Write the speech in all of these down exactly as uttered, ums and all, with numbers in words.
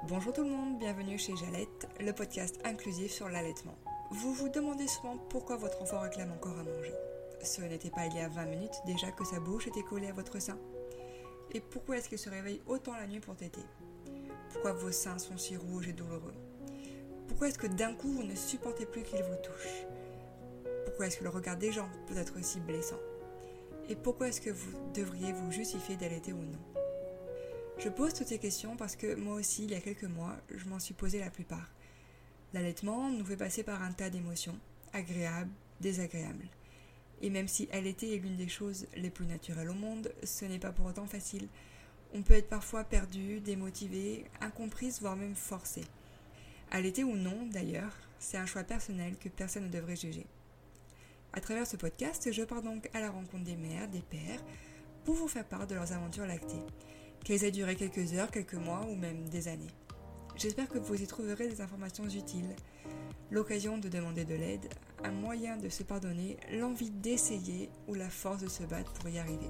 Bonjour tout le monde, bienvenue chez Jalette, le podcast inclusif sur l'allaitement. Vous vous demandez souvent pourquoi votre enfant réclame encore à manger. Ce n'était pas il y a vingt minutes déjà que sa bouche était collée à votre sein. Et pourquoi est-ce qu'il se réveille autant la nuit pour téter? Pourquoi vos seins sont si rouges et douloureux? Pourquoi est-ce que d'un coup vous ne supportez plus qu'il vous touche? Pourquoi est-ce que le regard des gens peut être aussi blessant? Et pourquoi est-ce que vous devriez vous justifier d'allaiter ou non? Je pose toutes ces questions parce que moi aussi, il y a quelques mois, je m'en suis posé la plupart. L'allaitement nous fait passer par un tas d'émotions, agréables, désagréables. Et même si allaiter est l'une des choses les plus naturelles au monde, ce n'est pas pour autant facile. On peut être parfois perdu, démotivé, incomprise, voire même forcé. Allaiter ou non, d'ailleurs, c'est un choix personnel que personne ne devrait juger. À travers ce podcast, je pars donc à la rencontre des mères, des pères, pour vous faire part de leurs aventures lactées. Qu'elles aient duré quelques heures, quelques mois ou même des années. J'espère que vous y trouverez des informations utiles, l'occasion de demander de l'aide, un moyen de se pardonner, l'envie d'essayer ou la force de se battre pour y arriver.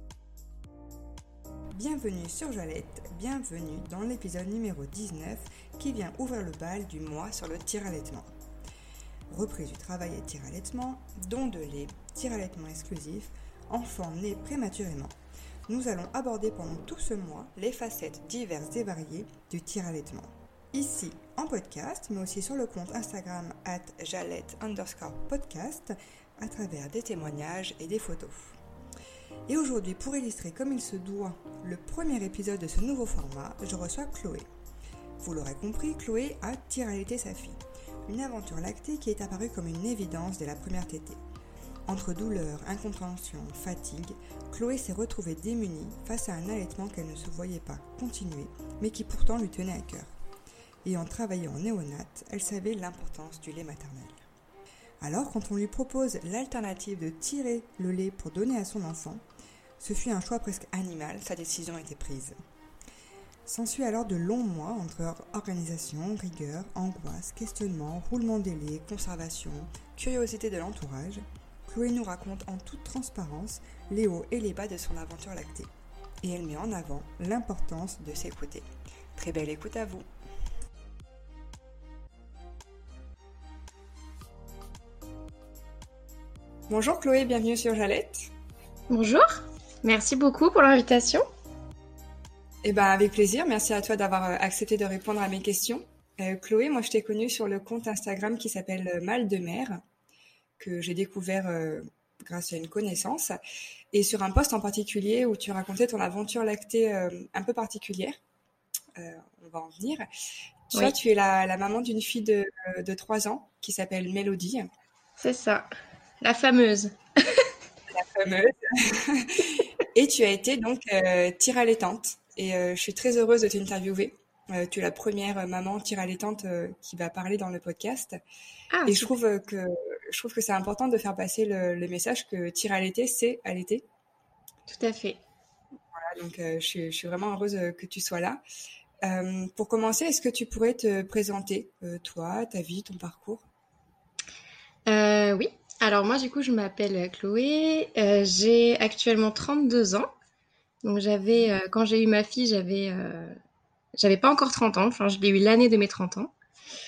Bienvenue sur Jalette, bienvenue dans l'épisode numéro dix-neuf qui vient ouvrir le bal du mois sur le tir-allaitement. Reprise du travail et tir-allaitement, don de lait, tir-allaitement exclusif, enfants nés prématurément. Nous allons aborder pendant tout ce mois les facettes diverses et variées du tir-allaitement. Ici, en podcast, mais aussi sur le compte Instagram at jalette underscore podcast, à travers des témoignages et des photos. Et aujourd'hui, pour illustrer comme il se doit le premier épisode de ce nouveau format, je reçois Chloé. Vous l'aurez compris, Chloé a tir-allaité sa fille. Une aventure lactée qui est apparue comme une évidence dès la première tétée. Entre douleur, incompréhension, fatigue, Chloé s'est retrouvée démunie face à un allaitement qu'elle ne se voyait pas continuer, mais qui pourtant lui tenait à cœur. Et en travaillant en néonate, elle savait l'importance du lait maternel. Alors, quand on lui propose l'alternative de tirer le lait pour donner à son enfant, ce fut un choix presque animal, sa décision était prise. S'ensuit alors de longs mois entre organisation, rigueur, angoisse, questionnement, roulement des laits, conservation, curiosité de l'entourage. Chloé nous raconte en toute transparence les hauts et les bas de son aventure lactée. Et elle met en avant l'importance de s'écouter. Très belle écoute à vous. Bonjour Chloé, bienvenue sur Jalette. Bonjour, merci beaucoup pour l'invitation. Eh ben avec plaisir, merci à toi d'avoir accepté de répondre à mes questions. Euh, Chloé, moi je t'ai connue sur le compte Instagram qui s'appelle Mal de Mère, que j'ai découvert euh, grâce à une connaissance, et sur un post en particulier où tu racontais ton aventure lactée euh, un peu particulière. Euh, on va en venir. Tu Oui. vois, tu es la, la maman d'une fille de, de trois ans qui s'appelle Mélodie. C'est ça, la fameuse. La fameuse. Et tu as été donc euh, tir-allaitante. Et euh, je suis très heureuse de t'interviewer. Euh, tu es la première maman tir-allaitante euh, qui va parler dans le podcast. Ah, et je trouve euh, que je trouve que c'est important de faire passer le, le message que tir-allaiter, c'est allaiter. Tout à fait. Voilà, donc euh, je, suis, je suis vraiment heureuse que tu sois là. Euh, pour commencer, est-ce que tu pourrais te présenter, euh, toi, ta vie, ton parcours? euh, Oui, alors moi du coup je m'appelle Chloé, euh, j'ai actuellement trente-deux ans. Donc j'avais, euh, quand j'ai eu ma fille, j'avais, euh, j'avais pas encore trente ans, enfin je l'ai eu l'année de mes trente ans.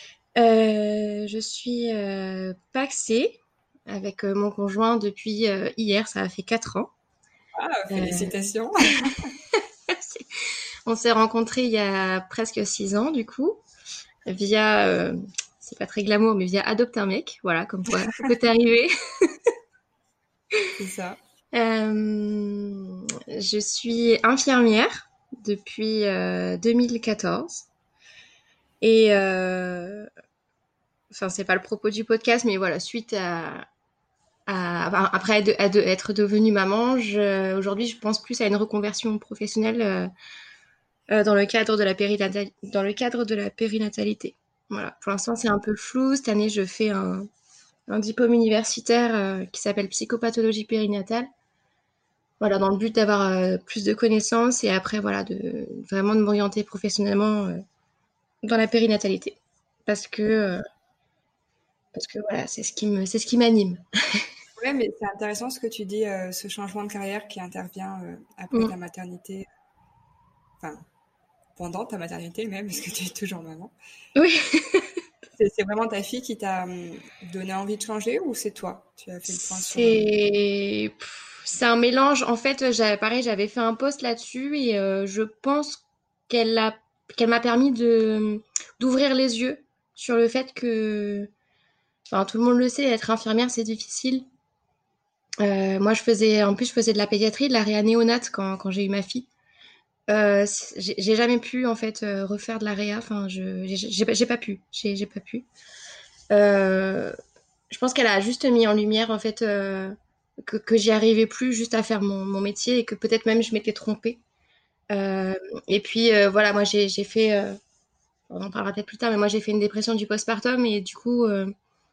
Euh, je suis euh, pacsée avec euh, mon conjoint depuis euh, hier, ça a fait quatre ans. Ah, félicitations. Euh... On s'est rencontrés il y a presque six ans du coup, via, euh, c'est pas très glamour, mais via adopter un mec, voilà, comme quoi ça peut arriver. C'est ça. Euh, je suis infirmière depuis euh, deux mille quatorze. Et euh, enfin, c'est pas le propos du podcast, mais voilà, suite à, à après de, à de, être devenue maman, je, aujourd'hui, je pense plus à une reconversion professionnelle euh, euh, dans le cadre de la périnatalité. Dans le cadre de la périnatalité. Voilà. Pour l'instant, c'est un peu flou. Cette année, je fais un, un diplôme universitaire euh, qui s'appelle psychopathologie périnatale. Voilà, dans le but d'avoir euh, plus de connaissances et après, voilà, de vraiment de m'orienter professionnellement euh, dans la périnatalité, parce que euh, parce que voilà, c'est ce qui me, c'est ce qui m'anime. Ouais, mais c'est intéressant ce que tu dis, euh, ce changement de carrière qui intervient euh, après mmh. ta maternité. Enfin, pendant ta maternité même, parce que tu es toujours maman. Oui. C'est, c'est vraiment ta fille qui t'a hum, donné envie de changer ou c'est toi? Tu as fait le point sur... euh, C'est pff, c'est un mélange. En fait, j'avais, pareil, j'avais fait un post là-dessus et euh, je pense qu'elle a, qu'elle m'a permis de d'ouvrir les yeux sur le fait que, enfin, tout le monde le sait, être infirmière, c'est difficile. Euh, moi, je faisais, en plus, je faisais de la pédiatrie, de la réa néonate quand, quand j'ai eu ma fille. Euh, c'est- j'ai j'ai jamais pu en fait euh, refaire de la réa. Enfin, je, j'ai j'ai pas j'ai pas pu. J'ai j'ai pas pu. Euh, je pense qu'elle a juste mis en lumière en fait euh, que, que j'y arrivais plus juste à faire mon, mon métier et que peut-être même je m'étais trompée. Euh, et puis euh, voilà, moi j'ai j'ai fait, euh, on en parlera peut-être plus tard, mais moi j'ai fait une dépression du postpartum et du coup euh,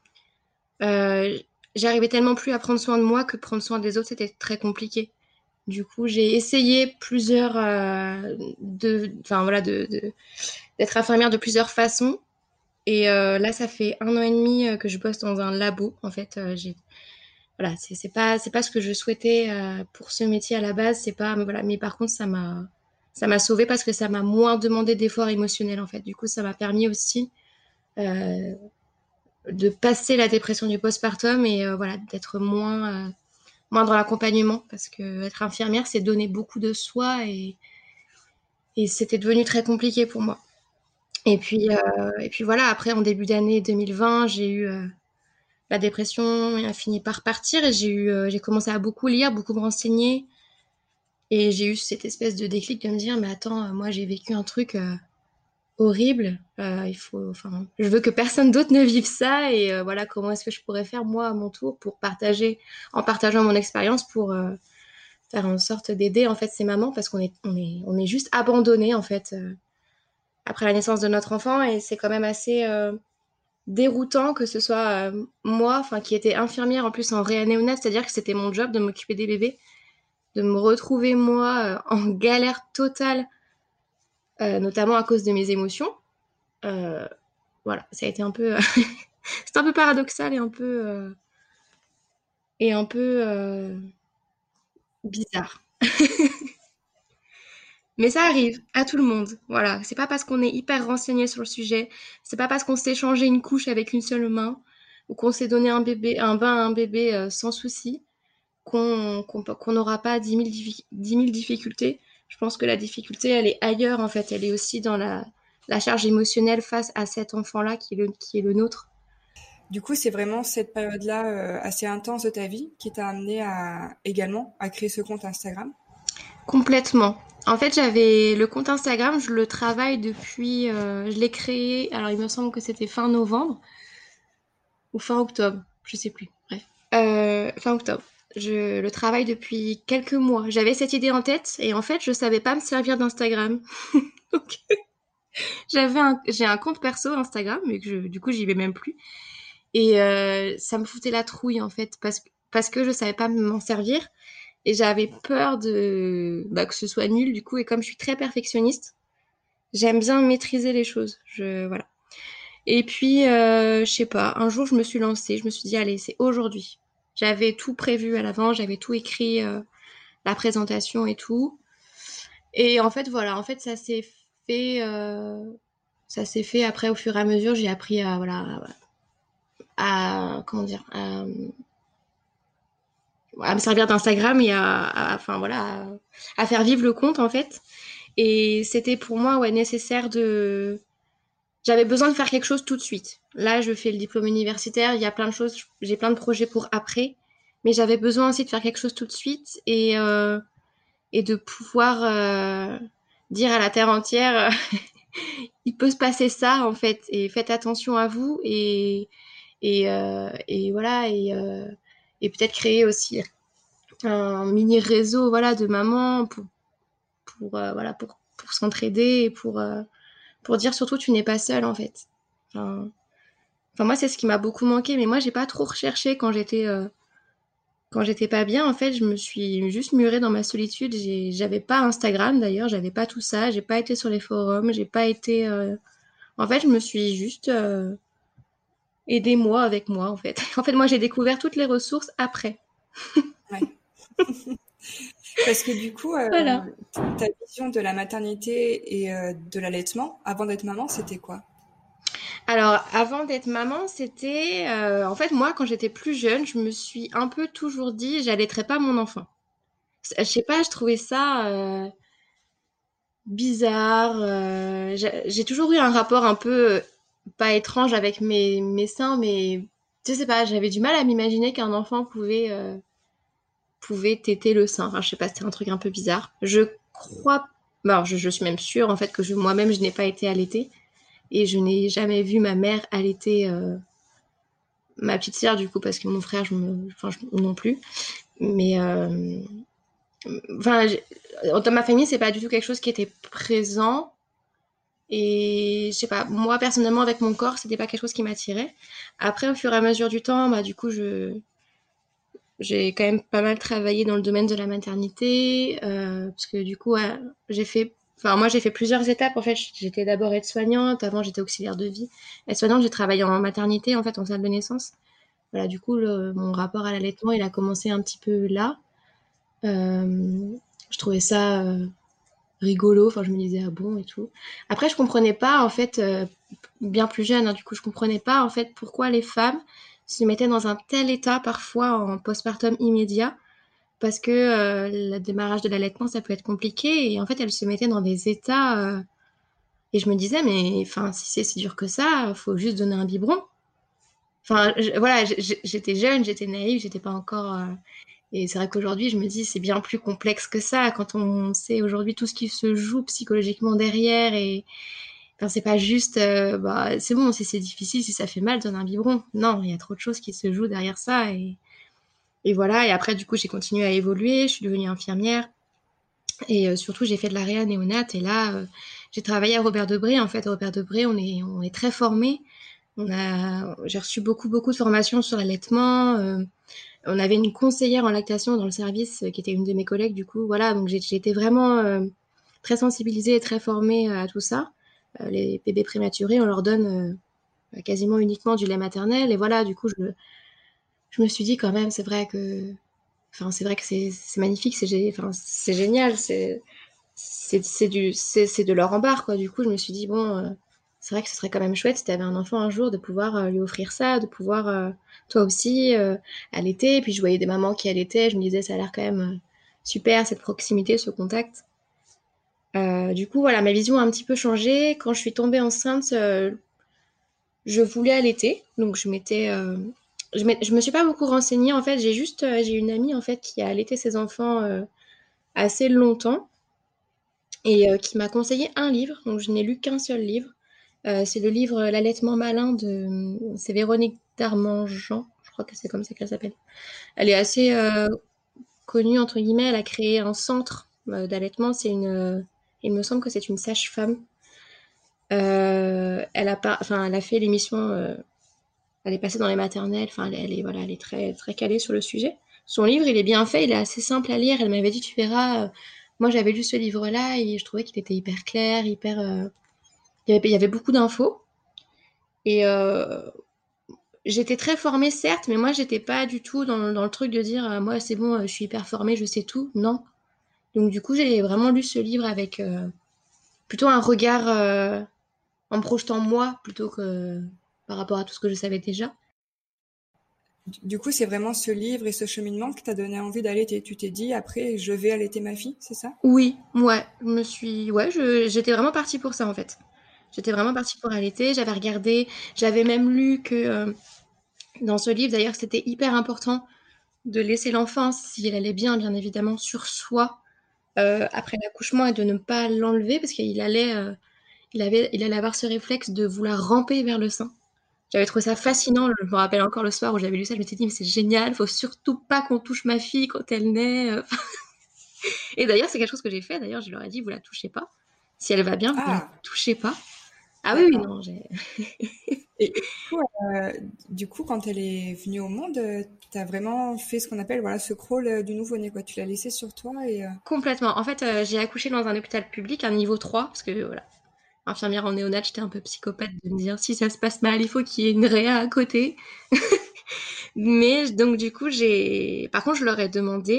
euh, j'arrivais tellement plus à prendre soin de moi que prendre soin des autres c'était très compliqué. Du coup j'ai essayé plusieurs euh, de, enfin voilà, de, de- d'être infirmière de plusieurs façons. Et euh, là, ça fait un an et demi euh, que je bosse dans un labo. En fait, euh, j'ai voilà, c'est c'est pas c'est pas ce que je souhaitais euh, pour ce métier à la base. C'est pas mais voilà, mais par contre, ça m'a ça m'a sauvée parce que ça m'a moins demandé d'efforts émotionnels en fait. Du coup, ça m'a permis aussi euh, de passer la dépression du postpartum et euh, voilà, d'être moins euh, moins dans l'accompagnement parce que être infirmière, c'est donner beaucoup de soi et et c'était devenu très compliqué pour moi. Et puis euh, et puis voilà, après en début d'année deux mille vingt, j'ai eu euh, la dépression a fini par partir et j'ai eu, euh, j'ai commencé à beaucoup lire, beaucoup me renseigner et j'ai eu cette espèce de déclic de me dire mais attends, euh, moi j'ai vécu un truc euh, horrible, euh, il faut, enfin, je veux que personne d'autre ne vive ça et euh, voilà comment est-ce que je pourrais faire moi à mon tour pour partager, en partageant mon expérience pour euh, faire en sorte d'aider en fait ces mamans parce qu'on est, on est, on est juste abandonnés en fait euh, après la naissance de notre enfant et c'est quand même assez euh, déroutant que ce soit euh, moi, enfin qui était infirmière en plus en réanéonat, c'est-à-dire que c'était mon job de m'occuper des bébés, de me retrouver moi euh, en galère totale, euh, notamment à cause de mes émotions. Euh, voilà, ça a été un peu, euh, c'est un peu paradoxal et un peu euh, et un peu euh, bizarre. Mais ça arrive à tout le monde. Voilà, c'est pas parce qu'on est hyper renseigné sur le sujet, c'est pas parce qu'on s'est changé une couche avec une seule main ou qu'on s'est donné un bébé, un bain à un bébé euh, sans souci qu'on qu'on qu'on n'aura pas dix mille, diffi- dix mille difficultés. Je pense que la difficulté, elle est ailleurs, en fait. Elle est aussi dans la, la charge émotionnelle face à cet enfant-là qui est le, qui est le nôtre. Du coup, c'est vraiment cette période-là euh, assez intense de ta vie qui t'a amené à également à créer ce compte Instagram. Complètement. En fait, j'avais le compte Instagram, je le travaille depuis, euh, je l'ai créé, alors il me semble que c'était fin novembre ou fin octobre, je sais plus. Bref, Euh, fin octobre. Je le travaille depuis quelques mois. J'avais cette idée en tête et en fait, je savais pas me servir d'Instagram. Donc, J'avais un, j'ai un compte perso Instagram, mais que je, du coup, j'y vais même plus. Et euh, ça me foutait la trouille, en fait, parce, que- parce que je savais pas m'en servir. Et j'avais peur de, bah, que ce soit nul, du coup. Et comme je suis très perfectionniste, j'aime bien maîtriser les choses. Je, voilà. Et puis, euh, je sais pas, un jour, je me suis lancée. Je me suis dit, allez, c'est aujourd'hui. J'avais tout prévu à l'avant, j'avais tout écrit, euh, la présentation et tout. Et en fait, voilà, en fait, ça s'est fait, euh, ça s'est fait après au fur et à mesure. J'ai appris à, voilà, à, comment dire, à, à me servir d'Instagram et à, à- enfin voilà, à, à faire vivre le compte en fait. Et c'était pour moi ouais nécessaire de, j'avais besoin de faire quelque chose tout de suite. Là, je fais le diplôme universitaire, il y a plein de choses, j'ai plein de projets pour après, mais j'avais besoin aussi de faire quelque chose tout de suite et euh, et de pouvoir euh, dire à la terre entière il peut se passer ça en fait et faites attention à vous et et, euh, et voilà et, euh, et peut-être créer aussi un mini réseau voilà de mamans pour pour euh, voilà pour pour s'entraider et pour euh, pour dire surtout tu n'es pas seule en fait. Enfin, enfin moi c'est ce qui m'a beaucoup manqué mais moi j'ai pas trop recherché quand j'étais euh, quand j'étais pas bien en fait je me suis juste murée dans ma solitude. J'ai, j'avais pas Instagram d'ailleurs, j'avais pas tout ça, j'ai pas été sur les forums, j'ai pas été euh, en fait je me suis juste euh, aidez-moi avec moi en fait. En fait moi j'ai découvert toutes les ressources après. Ouais. Parce que du coup, euh, Voilà. ta vision de la maternité et euh, de l'allaitement, avant d'être maman, c'était quoi? Alors, avant d'être maman, c'était... euh, en fait, moi, quand j'étais plus jeune, je me suis un peu toujours dit, j'allaiterai pas mon enfant. Je sais pas, je trouvais ça euh, bizarre. euh, j'ai j'ai toujours eu un rapport un peu, euh, pas étrange avec mes, mes seins, mais je sais pas, j'avais du mal à m'imaginer qu'un enfant pouvait, euh, pouvait téter le sein. Enfin, je sais pas, c'était un truc un peu bizarre. Je crois... bon, alors, je, je suis même sûre, en fait, que je, moi-même, je n'ai pas été allaitée. Et je n'ai jamais vu ma mère allaiter euh, ma petite sœur, du coup, parce que mon frère, je me... enfin, je- non plus. Mais... euh, enfin, j'ai- dans ma famille, c'est pas du tout quelque chose qui était présent. Et je sais pas, moi personnellement avec mon corps, c'était pas quelque chose qui m'attirait. Après, au fur et à mesure du temps, bah du coup, je j'ai quand même pas mal travaillé dans le domaine de la maternité, euh, parce que du coup, ouais, j'ai fait, enfin moi j'ai fait plusieurs étapes. En fait, j'étais d'abord aide-soignante, avant j'étais auxiliaire de vie. Aide-soignante, j'ai travaillé en maternité, en fait, en salle de naissance. Voilà, du coup, le- mon rapport à l'allaitement, il a commencé un petit peu là. Euh, je trouvais ça euh, rigolo. Enfin, je me disais, ah bon, et tout. Après, je comprenais pas, en fait, euh, bien plus jeune, hein, du coup, je comprenais pas, en fait, pourquoi les femmes se mettaient dans un tel état, parfois en postpartum immédiat, parce que euh, le démarrage de l'allaitement, ça peut être compliqué, et en fait, elles se mettaient dans des états, euh, et je me disais, mais enfin, si c'est si dur que ça, faut juste donner un biberon. Enfin, je- voilà, j- j'étais jeune, j'étais naïve, j'étais pas encore... euh, et c'est vrai qu'aujourd'hui, je me dis, c'est bien plus complexe que ça, quand on sait aujourd'hui tout ce qui se joue psychologiquement derrière, et enfin, c'est pas juste, euh, bah, c'est bon, si c'est difficile, si ça fait mal, donne un biberon. Non, il y a trop de choses qui se jouent derrière ça, et, et voilà. Et après, du coup, j'ai continué à évoluer, je suis devenue infirmière, et euh, surtout, j'ai fait de la réa néonate, et là, euh, j'ai travaillé à Robert Debré. En fait, à Robert Debré, on est, on est très formés. On a, j'ai reçu beaucoup, beaucoup de formations sur l'allaitement. Euh, on avait une conseillère en lactation dans le service euh, qui était une de mes collègues, du coup, voilà. Donc, j'ai, j'ai été vraiment euh, très sensibilisée et très formée à tout ça. Euh, les bébés prématurés, on leur donne euh, quasiment uniquement du lait maternel. Et voilà, du coup, je, je me suis dit quand même, c'est vrai que, enfin, c'est vrai que c'est, c'est magnifique, c'est, gé- enfin, c'est génial, c'est, c'est, c'est du, c'est, c'est de l'or en barre, quoi. Du coup, je me suis dit, bon, euh, c'est vrai que ce serait quand même chouette si tu avais un enfant un jour de pouvoir euh, lui offrir ça, de pouvoir, euh, toi aussi, euh, allaiter. Et puis, je voyais des mamans qui allaitaient, je me disais, ça a l'air quand même euh, super, cette proximité, ce contact. Euh, du coup, voilà, ma vision a un petit peu changé. Quand je suis tombée enceinte, euh, je voulais allaiter, donc je m'étais, euh, je, m'ai- je me suis pas beaucoup renseignée en fait. J'ai juste, euh, j'ai une amie en fait qui a allaité ses enfants euh, assez longtemps et euh, qui m'a conseillé un livre. Donc je n'ai lu qu'un seul livre. Euh, c'est le livre L'allaitement malin de, c'est Véronique Darmanjean, je crois que c'est comme ça qu'elle s'appelle. Elle est assez euh, connue entre guillemets. Elle a créé un centre euh, d'allaitement. C'est une, euh, il me semble que c'est une sage-femme. Euh, elle a pas, enfin, elle a fait l'émission. euh, Elle est passée dans les maternelles, enfin, elle, elle est, voilà, elle est très, très calée sur le sujet. Son livre, il est bien fait, il est assez simple à lire. Elle m'avait dit, tu verras, euh, moi j'avais lu ce livre-là et je trouvais qu'il était hyper clair, hyper... euh, il, y avait, il y avait beaucoup d'infos. Et euh, j'étais très formée, certes, mais moi j'étais pas du tout dans, dans le truc de dire, euh, moi c'est bon, euh, je suis hyper formée, je sais tout. Non. Donc du coup, j'ai vraiment lu ce livre avec euh, plutôt un regard euh, en me projetant moi plutôt que par rapport à tout ce que je savais déjà. Du coup, c'est vraiment ce livre et ce cheminement qui t'a donné envie d'allaiter. Tu t'es dit, après, je vais allaiter ma fille, c'est ça? Oui, ouais, je me suis, ouais, je- j'étais vraiment partie pour ça en fait. J'étais vraiment partie pour allaiter. J'avais regardé, j'avais même lu que euh, dans ce livre, d'ailleurs, c'était hyper important de laisser l'enfant, si elle allait bien, bien évidemment, sur soi euh, après l'accouchement et de ne pas l'enlever parce qu'il allait, euh, il avait, il allait avoir ce réflexe de vouloir ramper vers le sein. J'avais trouvé ça fascinant. Je me rappelle encore le soir où j'avais lu ça, je me suis dit, mais c'est génial, faut surtout pas qu'on touche ma fille quand elle naît. euh. Et d'ailleurs, c'est quelque chose que j'ai fait. D'ailleurs, je leur ai dit, vous la touchez pas. Si elle va bien, vous ne la Ah, touchez pas. Ah oui, oui, d'accord. non, j'ai... Et, et du coup, euh, du coup, quand elle est venue au monde, euh, t'as vraiment fait ce qu'on appelle, voilà, ce crawl euh, du nouveau-né, quoi. Tu l'as laissé sur toi et... euh, Complètement. En fait, euh, j'ai accouché dans un hôpital public, un niveau trois, parce que, voilà, infirmière en néonat, j'étais un peu psychopathe de me dire, si ça se passe mal, il faut qu'il y ait une réa à côté. Mais, donc, du coup, j'ai... Par contre, je leur ai demandé,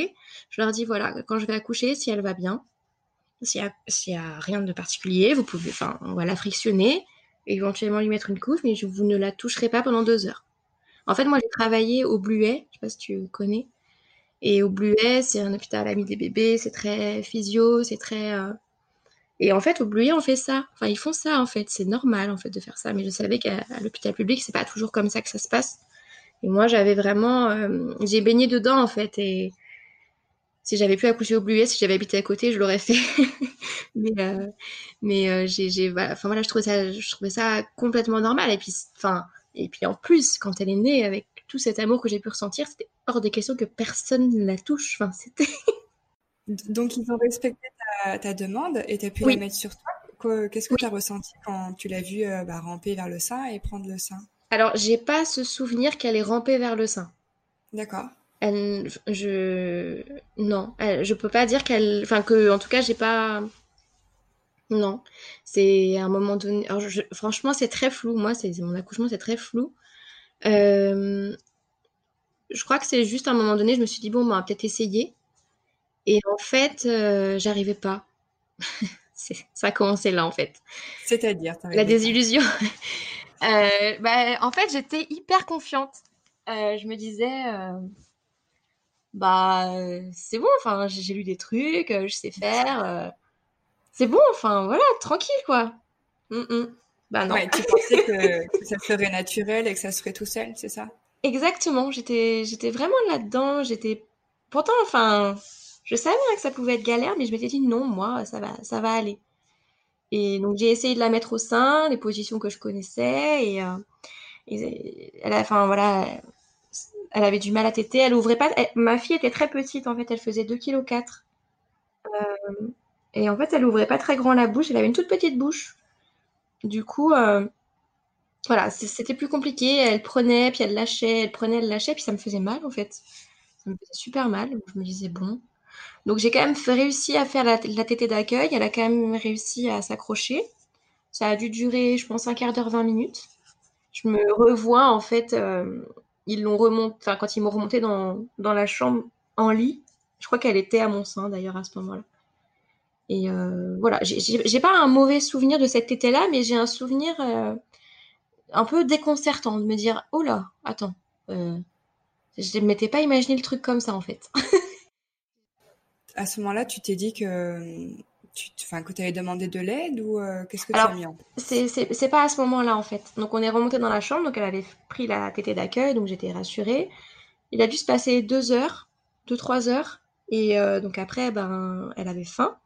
Je leur dis, voilà, quand je vais accoucher, si elle va bien, s'il y a, s'il y a rien de particulier, vous pouvez, enfin, on va la frictionner, et éventuellement lui mettre une couche, mais je, vous ne la toucherez pas pendant deux heures. En fait, moi, j'ai travaillé au Bluet, je sais pas si tu connais, et au Bluet, c'est un hôpital ami des bébés, c'est très physio, c'est très... euh, Et en fait, au Bluet, on fait ça. Enfin, ils font ça, en fait. C'est normal, en fait, de faire ça. Mais je savais qu'à à l'hôpital public, c'est pas toujours comme ça que ça se passe. Et moi, j'avais vraiment... euh, j'ai baigné dedans, en fait. Et si j'avais pu accoucher au Bluet, si j'avais habité à côté, je l'aurais fait. mais euh, mais euh, j'ai... j'ai voilà. Enfin, voilà, je trouvais ça, je trouvais ça complètement normal. Et puis, enfin... Et puis, en plus, quand elle est née, avec tout cet amour que j'ai pu ressentir, c'était hors de question que personne ne la touche. Enfin, c'était... Donc, ils ont respecté ta, ta demande et tu as pu la Oui, mettre sur toi. Quoi- Qu'est-ce que oui. tu as ressenti quand tu l'as vue euh, bah, ramper vers le sein et prendre le sein? Alors, j'ai pas ce souvenir qu'elle est rampée vers le sein. D'accord. Elle, je, non, elle- je peux pas dire qu'elle, enfin que, en tout cas, j'ai pas, non. C'est à un moment donné. Alors, je- franchement, c'est très flou. Moi, c'est mon accouchement, c'est très flou. Euh, je crois que c'est juste à un moment donné, je me suis dit bon, bah, on va peut-être essayer. Et en fait, euh, j'arrivais pas. C'est- ça a commencé là, en fait. C'est-à-dire, La t'arrivais pas. désillusion. Euh, bah, en fait, j'étais hyper confiante. Euh, je me disais, euh, bah, euh, c'est bon. Enfin, j'ai j'ai lu des trucs, euh, je sais faire. euh, C'est bon, enfin voilà, tranquille quoi. Mm, mm. Bah non. Ouais, tu pensais que, que ça serait naturel et que ça se ferait tout seul, c'est ça? Exactement, j'étais j'étais vraiment là-dedans, j'étais pourtant enfin je savais hein, que ça pouvait être galère mais je m'étais dit non, moi ça va ça va aller. Et donc j'ai essayé de la mettre au sein, les positions que je connaissais et, euh, et elle a enfin voilà, elle avait du mal à téter, elle ouvrait pas elle- ma fille était très petite en fait, elle faisait deux virgule quatre kilos et en fait, elle ouvrait pas très grand la bouche, elle avait une toute petite bouche. Du coup euh, Voilà, c- c'était plus compliqué. Elle prenait, puis elle lâchait, elle prenait, elle lâchait, puis ça me faisait mal en fait. Ça me faisait super mal. Donc je me disais bon. Donc j'ai quand même fait- réussi à faire la, la tétée d'accueil. Elle a quand même réussi à s'accrocher. Ça a dû durer, je pense, un quart d'heure, vingt minutes. Je me revois en fait. euh, ils l'ont remonté, enfin quand ils m'ont remonté dans, dans la chambre en lit. Je crois qu'elle était à mon sein d'ailleurs à ce moment-là. Et euh, voilà, j'ai j'ai- j'ai pas un mauvais souvenir de cette tétée-là, mais j'ai un souvenir euh, un peu déconcertant de me dire, oh là, attends, euh, je ne m'étais pas imaginé le truc comme ça en fait. À ce moment-là, tu t'es dit que tu enfin, que avais demandé de l'aide ou euh, qu'est-ce que tu as Alors, mis en place? c'est c'est- c'est pas à ce moment-là en fait. Donc on est remonté dans la chambre, donc elle avait pris la tétée d'accueil, donc j'étais rassurée. Il a dû se passer deux heures, deux, trois heures. Et euh, donc après, ben, elle avait faim.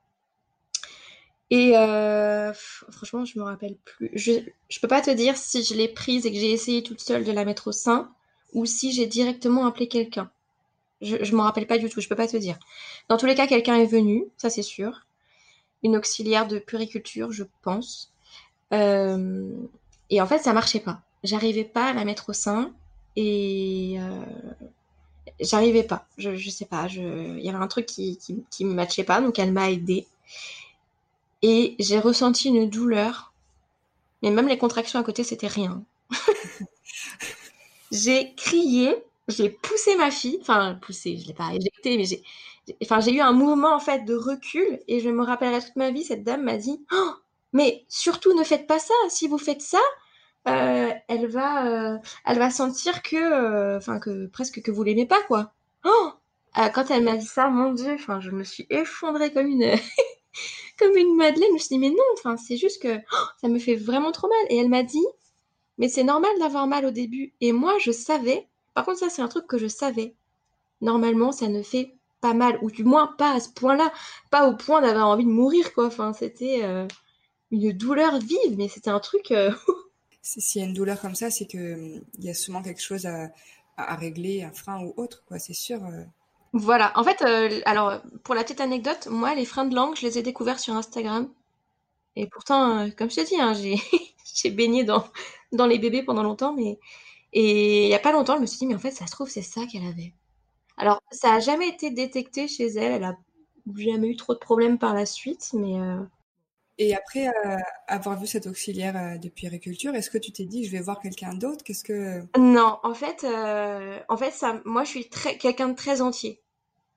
Et euh, f- franchement, je me rappelle plus. Je, je peux pas te dire si je l'ai prise et que j'ai essayé toute seule de la mettre au sein ou si j'ai directement appelé quelqu'un. Je, je m'en rappelle pas du tout, je peux pas te dire. Dans tous les cas, quelqu'un est venu, ça c'est sûr. Une auxiliaire de puriculture, je pense. Euh, et en fait, ça marchait pas. J'arrivais pas à la mettre au sein et euh, j'arrivais pas. Je, je sais pas, je, il y avait un truc qui, qui, qui me matchait pas, donc elle m'a aidée. Et j'ai ressenti une douleur, mais même les contractions à côté, c'était rien. J'ai crié, j'ai poussé ma fille, enfin poussé, je l'ai pas éjectée, mais j'ai, j'ai- enfin j'ai eu un mouvement en fait de recul et je me rappellerai toute ma vie. Cette dame m'a dit, oh, mais surtout ne faites pas ça. Si vous faites ça, euh, elle va, euh, elle va sentir que, euh, enfin que presque que vous l'aimez pas quoi. Oh Euh, quand elle m'a dit ça, mon Dieu, enfin je me suis effondrée comme une, comme une madeleine. Je me suis dit mais non, enfin c'est juste que oh, ça me fait vraiment trop mal. Et elle m'a dit mais c'est normal d'avoir mal au début. Et moi, je savais. Par contre, ça, c'est un truc que je savais. Normalement, ça ne fait pas mal. Ou du moins, pas à ce point-là. Pas au point d'avoir envie de mourir, quoi. Enfin, c'était euh, une douleur vive. Mais c'était un truc... euh, Si- S'il y a une douleur comme ça, c'est que hum, il y a souvent quelque chose à, à, à régler, un frein ou autre, quoi, c'est sûr. euh. Voilà. En fait, euh, alors, pour la petite anecdote, moi, les freins de langue, je les ai découverts sur Instagram. Et pourtant, euh, comme je te dis, hein, j'ai j'ai baigné dans, dans les bébés pendant longtemps. Mais... Et il n'y a pas longtemps, je me suis dit, mais en fait, ça se trouve, c'est ça qu'elle avait. Alors, ça a jamais été détecté chez elle. Elle a jamais eu trop de problèmes par la suite, mais euh, Et après euh, avoir vu cette auxiliaire euh, de puériculture, est-ce que tu t'es dit, je vais voir quelqu'un d'autre? Qu'est-ce que... non. En fait, euh, en fait, ça, moi, je suis très quelqu'un de très entier.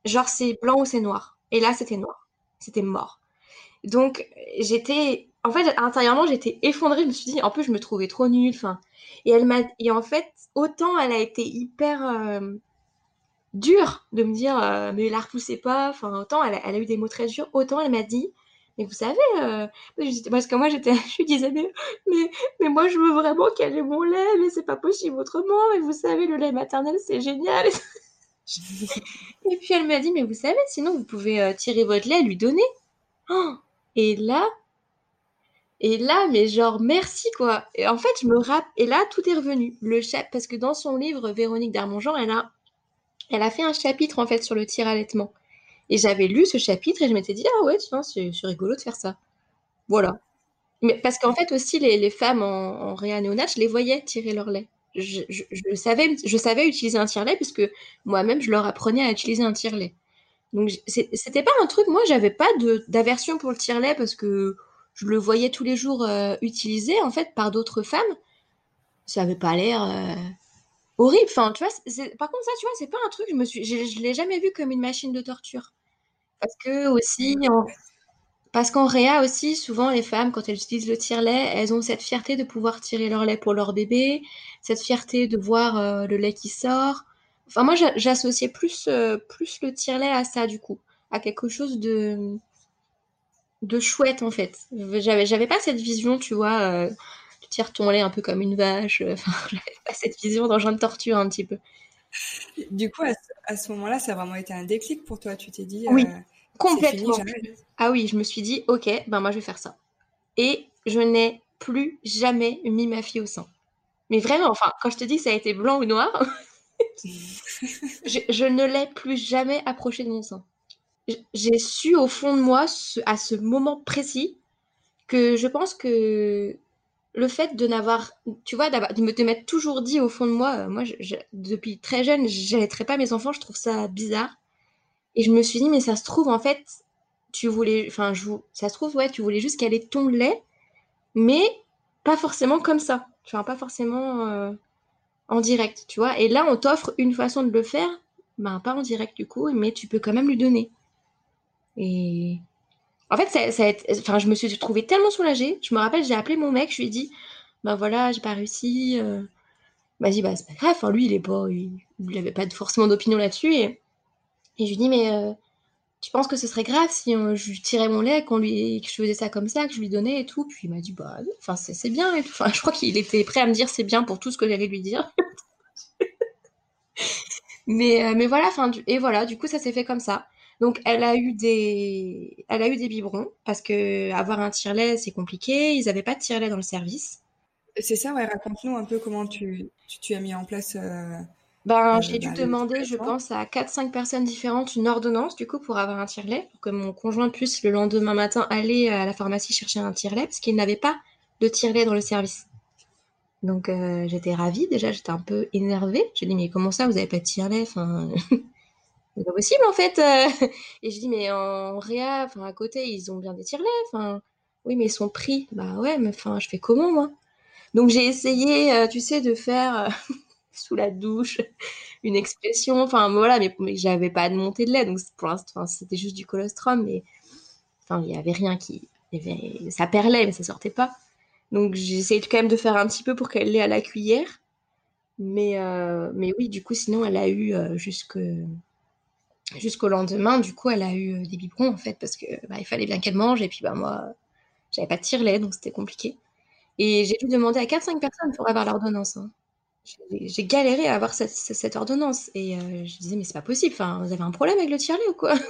Genre, c'est blanc ou c'est noir. Et là, c'était noir. C'était mort. Donc, j'étais, en fait, intérieurement, j'étais effondrée. Je me suis dit, en plus, je me trouvais trop nulle. Enfin, et elle m'a, et en fait, autant elle a été hyper euh, dure de me dire, euh, mais la repoussez pas. Enfin, autant elle a, elle a eu des mots très durs. Autant elle m'a dit, mais vous savez, euh, parce que moi, j'étais, je lui disais, mais, mais, mais moi, je veux vraiment qu'elle ait mon lait, mais c'est pas possible autrement. Mais vous savez, le lait maternel, c'est génial. Et puis elle m'a dit, mais vous savez, sinon vous pouvez euh, tirer votre lait et lui donner. Oh, et là, et là, mais genre merci quoi. Et en fait, je me rappelle. Et là, tout est revenu. Le chap... Parce que dans son livre, Véronique Darmonjean, elle a, elle a fait un chapitre en fait sur le tir-allaitement. Et j'avais lu ce chapitre et je m'étais dit, ah ouais, tiens, c'est c'est rigolo de faire ça. Voilà. Mais parce qu'en fait aussi, les, les femmes en, en réa néonat, je les voyais tirer leur lait. Je, je, je savais, je savais utiliser un tire-lait puisque moi-même, je leur apprenais à utiliser un tire-lait. Donc j- c'est- c'était pas un truc, moi j'avais pas de d'aversion pour le tire-lait parce que je le voyais tous les jours euh, utilisé en fait par d'autres femmes. Ça avait pas l'air euh, horrible. Enfin, tu vois, c'est- c'est- par contre ça, tu vois, c'est pas un truc, je me suis, je, je l'ai jamais vu comme une machine de torture. Parce que aussi, en- parce qu'en réa aussi, souvent les femmes, quand elles utilisent le tire-lait, elles ont cette fierté de pouvoir tirer leur lait pour leur bébé, cette fierté de voir euh, le lait qui sort. Enfin, moi, j'a- j'associais plus, euh, plus le tire-lait à ça, du coup, à quelque chose de, de chouette, en fait. J'avais, j'avais pas cette vision, tu vois, euh, tu tires ton lait un peu comme une vache. euh, Enfin, j'avais pas cette vision d'engin de torture, un petit peu. Du coup, à ce, à ce moment-là, ça a vraiment été un déclic pour toi. Tu t'es dit, Oui, euh, c'est fini, complètement. j'arrête. Ah oui, je me suis dit, ok, ben moi, je vais faire ça. Et je n'ai plus jamais mis ma fille au sein. Mais vraiment, enfin, quand je te dis que ça a été blanc ou noir, je, je ne l'ai plus jamais approché de mon sein. J'ai su au fond de moi, ce- à ce moment précis, que je pense que le fait de n'avoir, tu vois, d'avoir, de me de m'être toujours dit au fond de moi, euh, moi, je- je- depuis très jeune, j'allaiterai pas mes enfants, je trouve ça bizarre. Et je me suis dit, mais ça se trouve, en fait, tu voulais, enfin, je, vou- ça se trouve, ouais, tu voulais juste caler ton lait, mais pas forcément comme ça. Tu vois, pas forcément. euh, en direct, tu vois. Et là, on t'offre une façon de le faire, ben pas en direct du coup, mais tu peux quand même lui donner. Et en fait, ça, ça a été- enfin, je me suis trouvée tellement soulagée. Je me rappelle, j'ai appelé mon mec, je lui ai dit, ben voilà, j'ai pas réussi. Euh... Il m'a dit, bah c'est pas grave. Enfin, lui, il est pas, il, il avait pas de- forcément d'opinion là-dessus. Et, et je lui dis, mais euh, tu penses que ce serait grave si on- je lui tirais mon lait, qu'on lui, que je faisais ça comme ça, que je lui donnais et tout. Puis il m'a dit, bah, enfin, c'est c'est bien et tout. Enfin, je crois qu'il était prêt à me dire c'est bien pour tout ce que j'allais lui dire. Mais, euh, mais voilà, enfin, du- et voilà, du coup, ça s'est fait comme ça. Donc, elle a eu des, elle a eu des biberons parce que avoir un tire-lait, c'est compliqué. Ils avaient pas de tire-lait dans le service. C'est ça, ouais, raconte-nous un peu comment tu, tu, tu as mis en place euh, Ben, euh, j'ai dû bah, le demander, je traitement. pense, à quatre cinq personnes différentes une ordonnance, du coup, pour avoir un tire-lait, pour que mon conjoint puisse le lendemain matin aller à la pharmacie chercher un tire-lait, parce qu'il n'avait pas de tire-lait dans le service. Donc, euh, j'étais ravie. Déjà, j'étais un peu énervée. J'ai dit, mais comment ça, vous avez pas de tire-lait? Enfin, c'est pas possible en fait. euh. Et je dis, mais en réa, enfin à côté, ils ont bien des tire-laits. Enfin, oui, mais ils sont pris. Bah ouais, mais enfin, je fais comment moi? Donc j'ai essayé, euh, tu sais, de faire euh, sous la douche une expression. Enfin voilà, mais, mais j'avais pas de montée de lait, donc pour l'instant, enfin, c'était juste du colostrum, mais enfin il y avait rien qui, il y avait, ça perlait, mais ça sortait pas. Donc j'ai essayé quand même de faire un petit peu pour qu'elle l'ait à la cuillère. Mais, euh, mais oui, du coup, sinon, elle a eu euh, jusque jusqu'au lendemain, du coup, elle a eu euh, des biberons en fait parce que bah, il fallait bien qu'elle mange et puis bah moi, j'avais pas de tire-lait donc c'était compliqué. Et j'ai dû demander à quatre cinq personnes pour avoir l'ordonnance. Hein. J'ai j'ai galéré à avoir cette, cette ordonnance et euh, je disais mais c'est pas possible. Enfin, vous avez un problème avec le tire-lait ou quoi?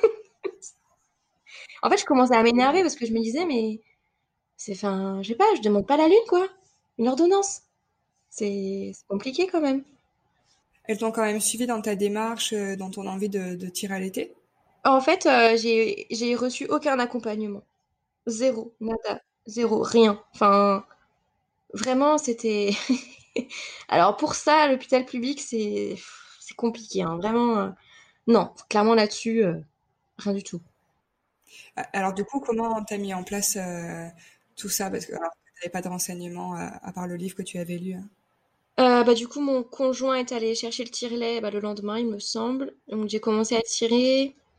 En fait, je commençais à m'énerver parce que je me disais mais c'est, enfin, je sais pas, je demande pas la lune quoi, une ordonnance. C'est c'est compliqué quand même. Elles t'ont quand même suivi dans ta démarche, euh, dans ton envie de, de tirer à l'été? En fait, euh, j'ai j'ai reçu aucun accompagnement, zéro, nada, zéro, rien. Enfin, vraiment, c'était. Alors pour ça, l'hôpital public, c'est c'est compliqué, hein. Vraiment, euh, non, clairement là-dessus, euh, rien du tout. A- Alors du coup, comment t'as mis en place euh, tout ça? Parce que alors, t'avais pas de renseignements à, à part le livre que tu avais lu, hein. Euh, bah, du coup, mon conjoint est allé chercher le tire-lait bah, le lendemain, il me semble. Donc j'ai commencé à tirer.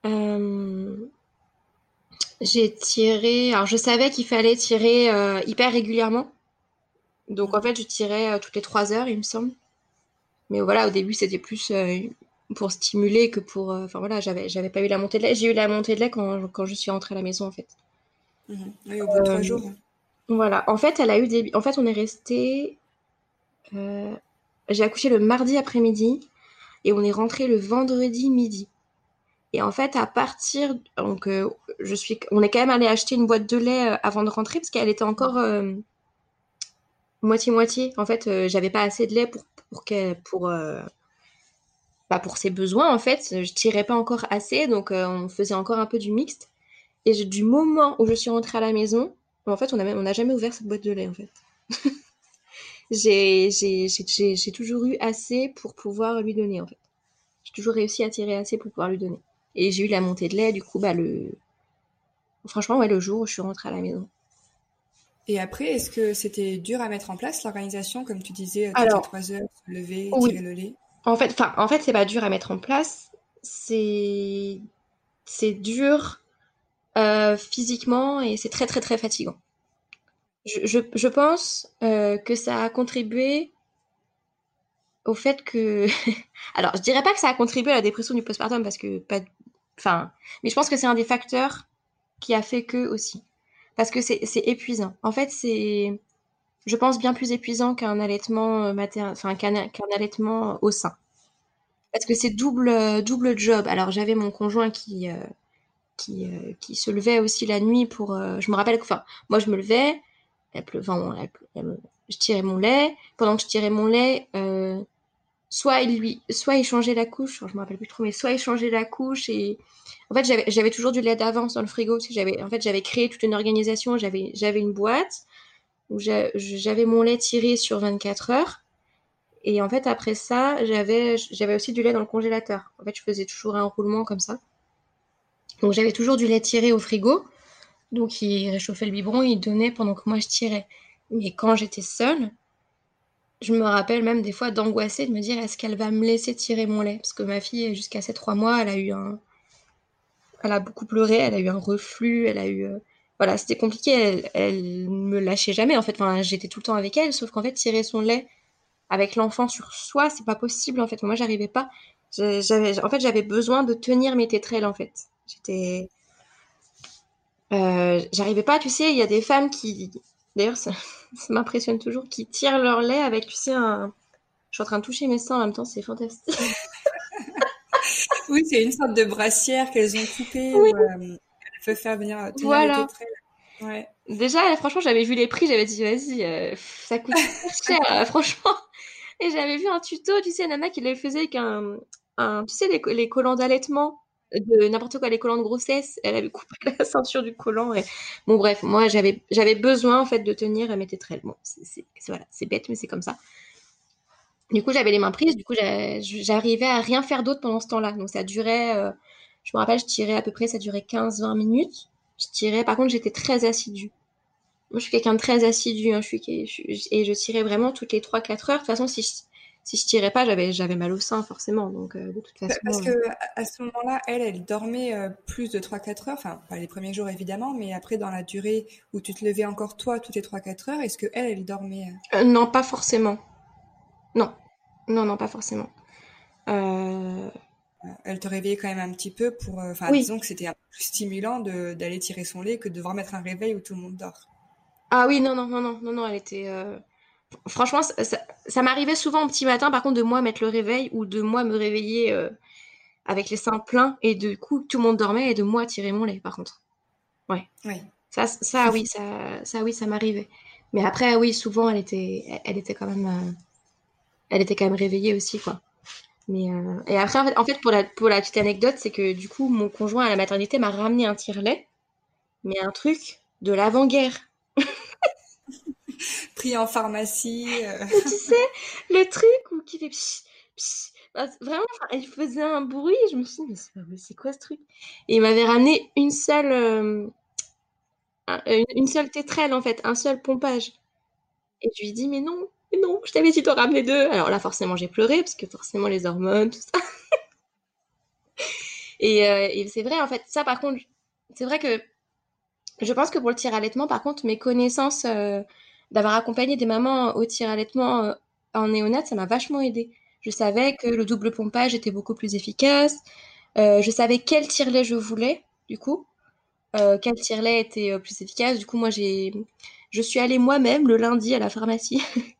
Euh, j'ai tiré. Alors, je savais qu'il fallait tirer euh, hyper régulièrement. Donc, en Mhm. fait, je tirais euh, toutes les trois heures, il me semble. Mais voilà, au début, c'était plus euh, pour stimuler que pour. euh, Enfin, voilà, j'avais, j'avais pas eu la montée de lait. J'ai eu la montée de lait quand, quand je suis rentrée à la maison, en fait. Mhm. Oui, au bout de trois Euh, jours. voilà. En fait, elle a eu des. En fait, on est resté. euh, J'ai accouché le mardi après-midi et on est rentré le vendredi midi. Et en fait, à partir, donc, euh, je suis, on est quand même allé acheter une boîte de lait euh, avant de rentrer parce qu'elle était encore euh, moitié-moitié. En fait, euh, j'avais pas assez de lait pour pour qu'elle, pour euh, bah, pour ses besoins. En fait, je tirais pas encore assez, donc euh, on faisait encore un peu du mixte. Et je- du moment où je suis rentrée à la maison, en fait, on a même, on n'a jamais ouvert cette boîte de lait. En fait, j'ai j'ai j'ai j'ai j'ai toujours eu assez pour pouvoir lui donner. En fait, j'ai toujours réussi à tirer assez pour pouvoir lui donner. Et j'ai eu la montée de lait, du coup, bah le franchement, ouais, le jour où je suis rentrée à la maison. Et après, est-ce que c'était dur à mettre en place l'organisation, comme tu disais, euh, toutes les Alors, trois heures, se lever, tirer oui. le lait? En fait, enfin, en fait, c'est pas dur à mettre en place. C'est, c'est dur euh, physiquement et c'est très, très, très fatigant. Je, je, je pense euh, que ça a contribué au fait que, alors, je dirais pas que ça a contribué à la dépression du postpartum parce que pas, enfin, mais je pense que c'est un des facteurs qui a fait que aussi, parce que c'est, c'est épuisant. En fait, c'est, je pense bien plus épuisant qu'un allaitement mater, enfin qu'un, qu'un allaitement au sein. Parce que c'est double, euh, double job. Alors j'avais mon conjoint qui, euh, qui, euh, qui se levait aussi la nuit pour. euh, je me rappelle que, enfin, moi je me levais, elle pleu- enfin, bon, elle pleu- elle me- je tirais mon lait. Pendant que je tirais mon lait, euh, soit il lui, soit il changeait la couche, je me rappelle plus trop, mais soit il changeait la couche et en fait j'avais, j'avais toujours du lait d'avance dans le frigo parce que j'avais, en fait j'avais créé toute une organisation. J'avais, j'avais une boîte où j'a- j'avais mon lait tiré sur vingt-quatre heures. Et en fait, après ça, j'avais, j'avais aussi du lait dans le congélateur. En fait, je faisais toujours un roulement comme ça. Donc, j'avais toujours du lait tiré au frigo. Donc, il réchauffait le biberon, il donnait pendant que moi je tirais. Mais quand j'étais seule, je me rappelle même des fois d'angoisser, de me dire est-ce qu'elle va me laisser tirer mon lait? Parce que ma fille, jusqu'à ses trois mois, elle a eu un, elle a beaucoup pleuré, elle a eu un reflux, elle a eu, euh, voilà, c'était compliqué. Elle, elle me lâchait jamais. En fait, enfin, j'étais tout le temps avec elle, sauf qu'en fait, tirer son lait avec l'enfant sur soi, c'est pas possible en fait. Moi, j'arrivais pas. J'avais, en fait, j'avais besoin de tenir mes tétrelles en fait. J'étais, euh, j'arrivais pas. Tu sais, il y a des femmes qui, d'ailleurs, ça, ça m'impressionne toujours, qui tirent leur lait avec, tu sais, un. Je suis en train de toucher mes seins en même temps, c'est fantastique. Oui, c'est une sorte de brassière qu'elles ont coupée Oui, où euh, elles peuvent faire venir euh, tenir les voilà. tétrelles. Ouais. Déjà, franchement, j'avais vu les prix, j'avais dit, vas-y, euh, ça coûte super cher, euh, franchement. Et j'avais vu un tuto, tu sais, Nana qui le faisait avec un, un tu sais, les, les collants d'allaitement, de n'importe quoi, les collants de grossesse. Elle avait coupé la ceinture du collant. Et... Bon, bref, moi, j'avais, j'avais besoin, en fait, de tenir mes tétrelles. Bon, c'est, c'est, c'est- voilà, c'est bête, mais c'est comme ça. Du coup, j'avais les mains prises, du coup, j'a- j'arrivais à rien faire d'autre pendant ce temps-là. Donc, ça durait, euh, je me rappelle, je tirais à peu près, ça durait quinze vingt minutes. Je tirais, par contre, j'étais très assidue. Moi, je suis quelqu'un de très assidu, hein. Je suis, je suis- et je tirais vraiment toutes les trois quatre heures. De toute façon, si je, si je tirais pas, j'avais, j'avais mal au sein, forcément. Donc, euh, de toute Pa- façon. Parce euh, que à à ce moment-là, elle, elle dormait euh, plus de trois quatre heures, enfin, pas les premiers jours évidemment, mais après dans la durée où tu te levais encore toi toutes les trois quatre heures, est-ce que elle, elle dormait? euh, non, pas forcément. Non. Non, non, pas forcément. Euh, euh, Elle te réveillait quand même un petit peu pour, euh, enfin, Oui. disons que c'était un peu plus stimulant de d'aller tirer son lait que de devoir mettre un réveil où tout le monde dort. Ah oui, non, non, non, non, non, non, elle était. euh, Franchement, ça, ça, ça m'arrivait souvent au petit matin, par contre, de moi mettre le réveil ou de moi me réveiller euh, avec les seins pleins et du coup, tout le monde dormait et de moi tirer mon lait, par contre. Ouais. Oui. Ça, ça, oui, ça, ça, oui, ça m'arrivait. Mais après, oui, souvent, elle était, elle était quand même, euh, elle était quand même réveillée aussi, quoi. Mais euh, et après, en fait, en fait, pour la, pour la petite anecdote, c'est que du coup, mon conjoint à la maternité m'a ramené un tire-lait, mais un truc de l'avant-guerre. Pris en pharmacie. euh, Et tu sais, le truc où qui fait psh, psh, bah, vraiment, enfin, il faisait un bruit. Je me suis dit, mais c'est, pas- mais c'est quoi ce truc? Et il m'avait ramené une seule, euh, un- une, une seule tétrelle, en fait, un seul pompage. Et je lui ai dit, mais non, mais non, je t'avais dit d'en ramener deux. Alors là, forcément, j'ai pleuré, parce que forcément, les hormones, tout ça. Et, euh, et c'est vrai, en fait, ça, par contre, c'est vrai que je pense que pour le tir-allaitement, par contre, mes connaissances euh, d'avoir accompagné des mamans au tir-allaitement euh, en néonat, ça m'a vachement aidée. Je savais que le double pompage était beaucoup plus efficace. Euh, je savais quel tire-lait je voulais, du coup. Euh, quel tire-lait était euh, plus efficace. Du coup, moi, j'ai, je suis allée moi-même le lundi à la pharmacie.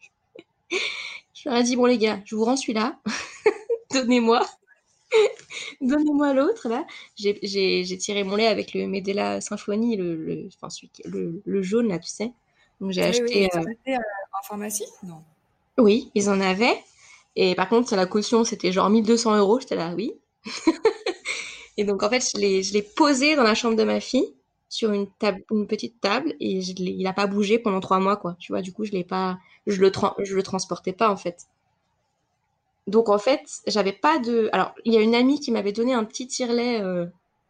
Je leur ai dit, bon, les gars, je vous rends celui-là. Donnez-moi. Donnez-moi l'autre, là. J'ai, j'ai, j'ai tiré mon lait avec le Medela Symphony, le, le, enfin, celui qui- le, le jaune, là, tu sais. Donc, j'ai Oui, oui, acheté. et tu euh, étais en pharmacie? Non. Oui, ils en avaient. Et par contre, la caution, c'était genre mille deux cents euros. J'étais là, oui. Et donc, en fait, je l'ai, je l'ai posé dans la chambre de ma fille, sur une table, une petite table, et je l'ai- il a pas bougé pendant trois mois, quoi. Tu vois, du coup, je l'ai pas, je le, tran- je le transportais pas, en fait. Donc, en fait, j'avais pas de. Alors, il y a une amie qui m'avait donné un petit tire-lait, euh,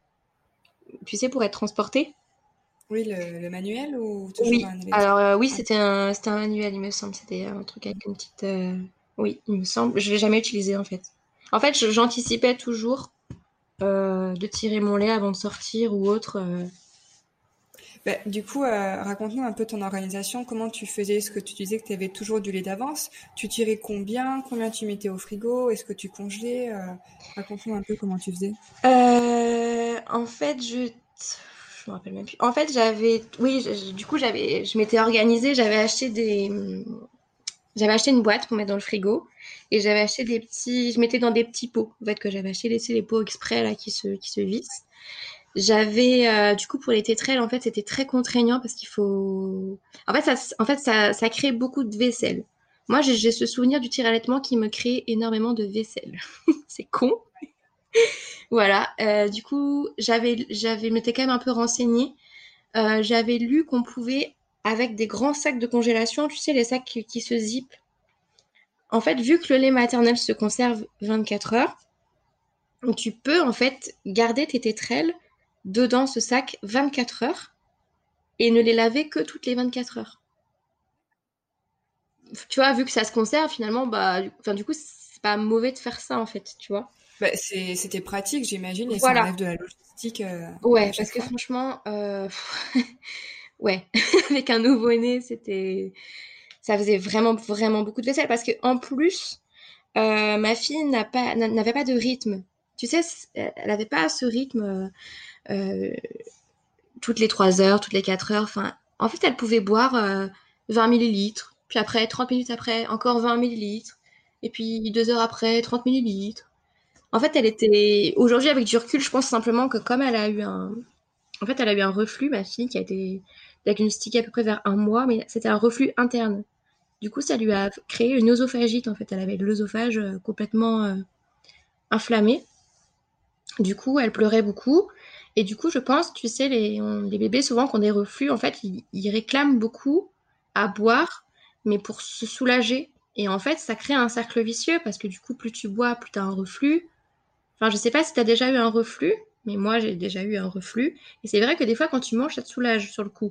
tu sais, pour être transporté. Oui, le, le manuel ou toujours Oui. un Alors, électrique? euh, oui, Ah, c'était un, c'était un manuel, il me semble. C'était un truc avec une petite. euh, Oui, il me semble. Je l'ai jamais utilisé, en fait. En fait, je- j'anticipais toujours euh, de tirer mon lait avant de sortir ou autre. euh. bah, du coup, euh, raconte-nous un peu ton organisation. Comment tu faisais? Ce que tu disais que tu avais toujours du lait d'avance. Tu tirais combien? Combien tu mettais au frigo? Est-ce que tu congelais? Euh, raconte-nous un peu comment tu faisais. Euh, en fait, je je me rappelle même plus. En fait, j'avais oui, je- je- du coup, j'avais je m'étais organisée, j'avais acheté des j'avais acheté une boîte pour mettre dans le frigo et j'avais acheté des petits je mettais dans des petits pots en fait que j'avais acheté les, les pots exprès là qui se qui se vissent. J'avais euh, du coup pour les tétrelles en fait, c'était très contraignant parce qu'il faut en fait ça en fait ça ça crée beaucoup de vaisselle. Moi, j'ai j'ai ce souvenir du tir-allaitement qui me crée énormément de vaisselle. C'est con. Voilà, euh, du coup, j'avais, j'avais, m'étais quand même un peu renseignée. Euh, j'avais lu qu'on pouvait, avec des grands sacs de congélation, tu sais, les sacs qui, qui se zippent. En fait, vu que le lait maternel se conserve vingt-quatre heures, tu peux en fait garder tes tétrelles dedans ce sac vingt-quatre heures et ne les laver que toutes les vingt-quatre heures. Tu vois, vu que ça se conserve, finalement, bah, du, enfin, du coup, c'est pas mauvais de faire ça en fait, tu vois. Bah, c'est, c'était pratique, j'imagine, et ça Voilà. enlève de la logistique euh, à Ouais, parce chaque que fois. franchement, euh, ouais, avec un nouveau-né, c'était, ça faisait vraiment, vraiment beaucoup de vaisselle parce que en plus, euh, ma fille n'a pas, n'a- n'avait pas de rythme. Tu sais, c- elle n'avait pas ce rythme euh, euh, toutes les trois heures, toutes les quatre heures. Enfin, en fait, elle pouvait boire euh, vingt millilitres, puis après, trente minutes après, encore vingt millilitres, et puis deux heures après, trente millilitres. En fait, elle était, aujourd'hui, avec du recul, je pense simplement que comme elle a eu un, en fait, elle a eu un reflux, ma fille, qui a été diagnostiquée à peu près vers un mois, mais c'était un reflux interne. Du coup, ça lui a créé une œsophagite, en fait. Elle avait l'œsophage euh, complètement euh, inflammé. Du coup, elle pleurait beaucoup. Et du coup, je pense, tu sais, les, on- les bébés, souvent, qui ont des reflux, en fait, ils, ils réclament beaucoup à boire, mais pour se soulager. Et en fait, ça crée un cercle vicieux, parce que du coup, plus tu bois, plus tu as un reflux. Enfin, je sais pas si tu as déjà eu un reflux, mais moi, j'ai déjà eu un reflux. Et c'est vrai que des fois, quand tu manges, ça te soulage sur le coup.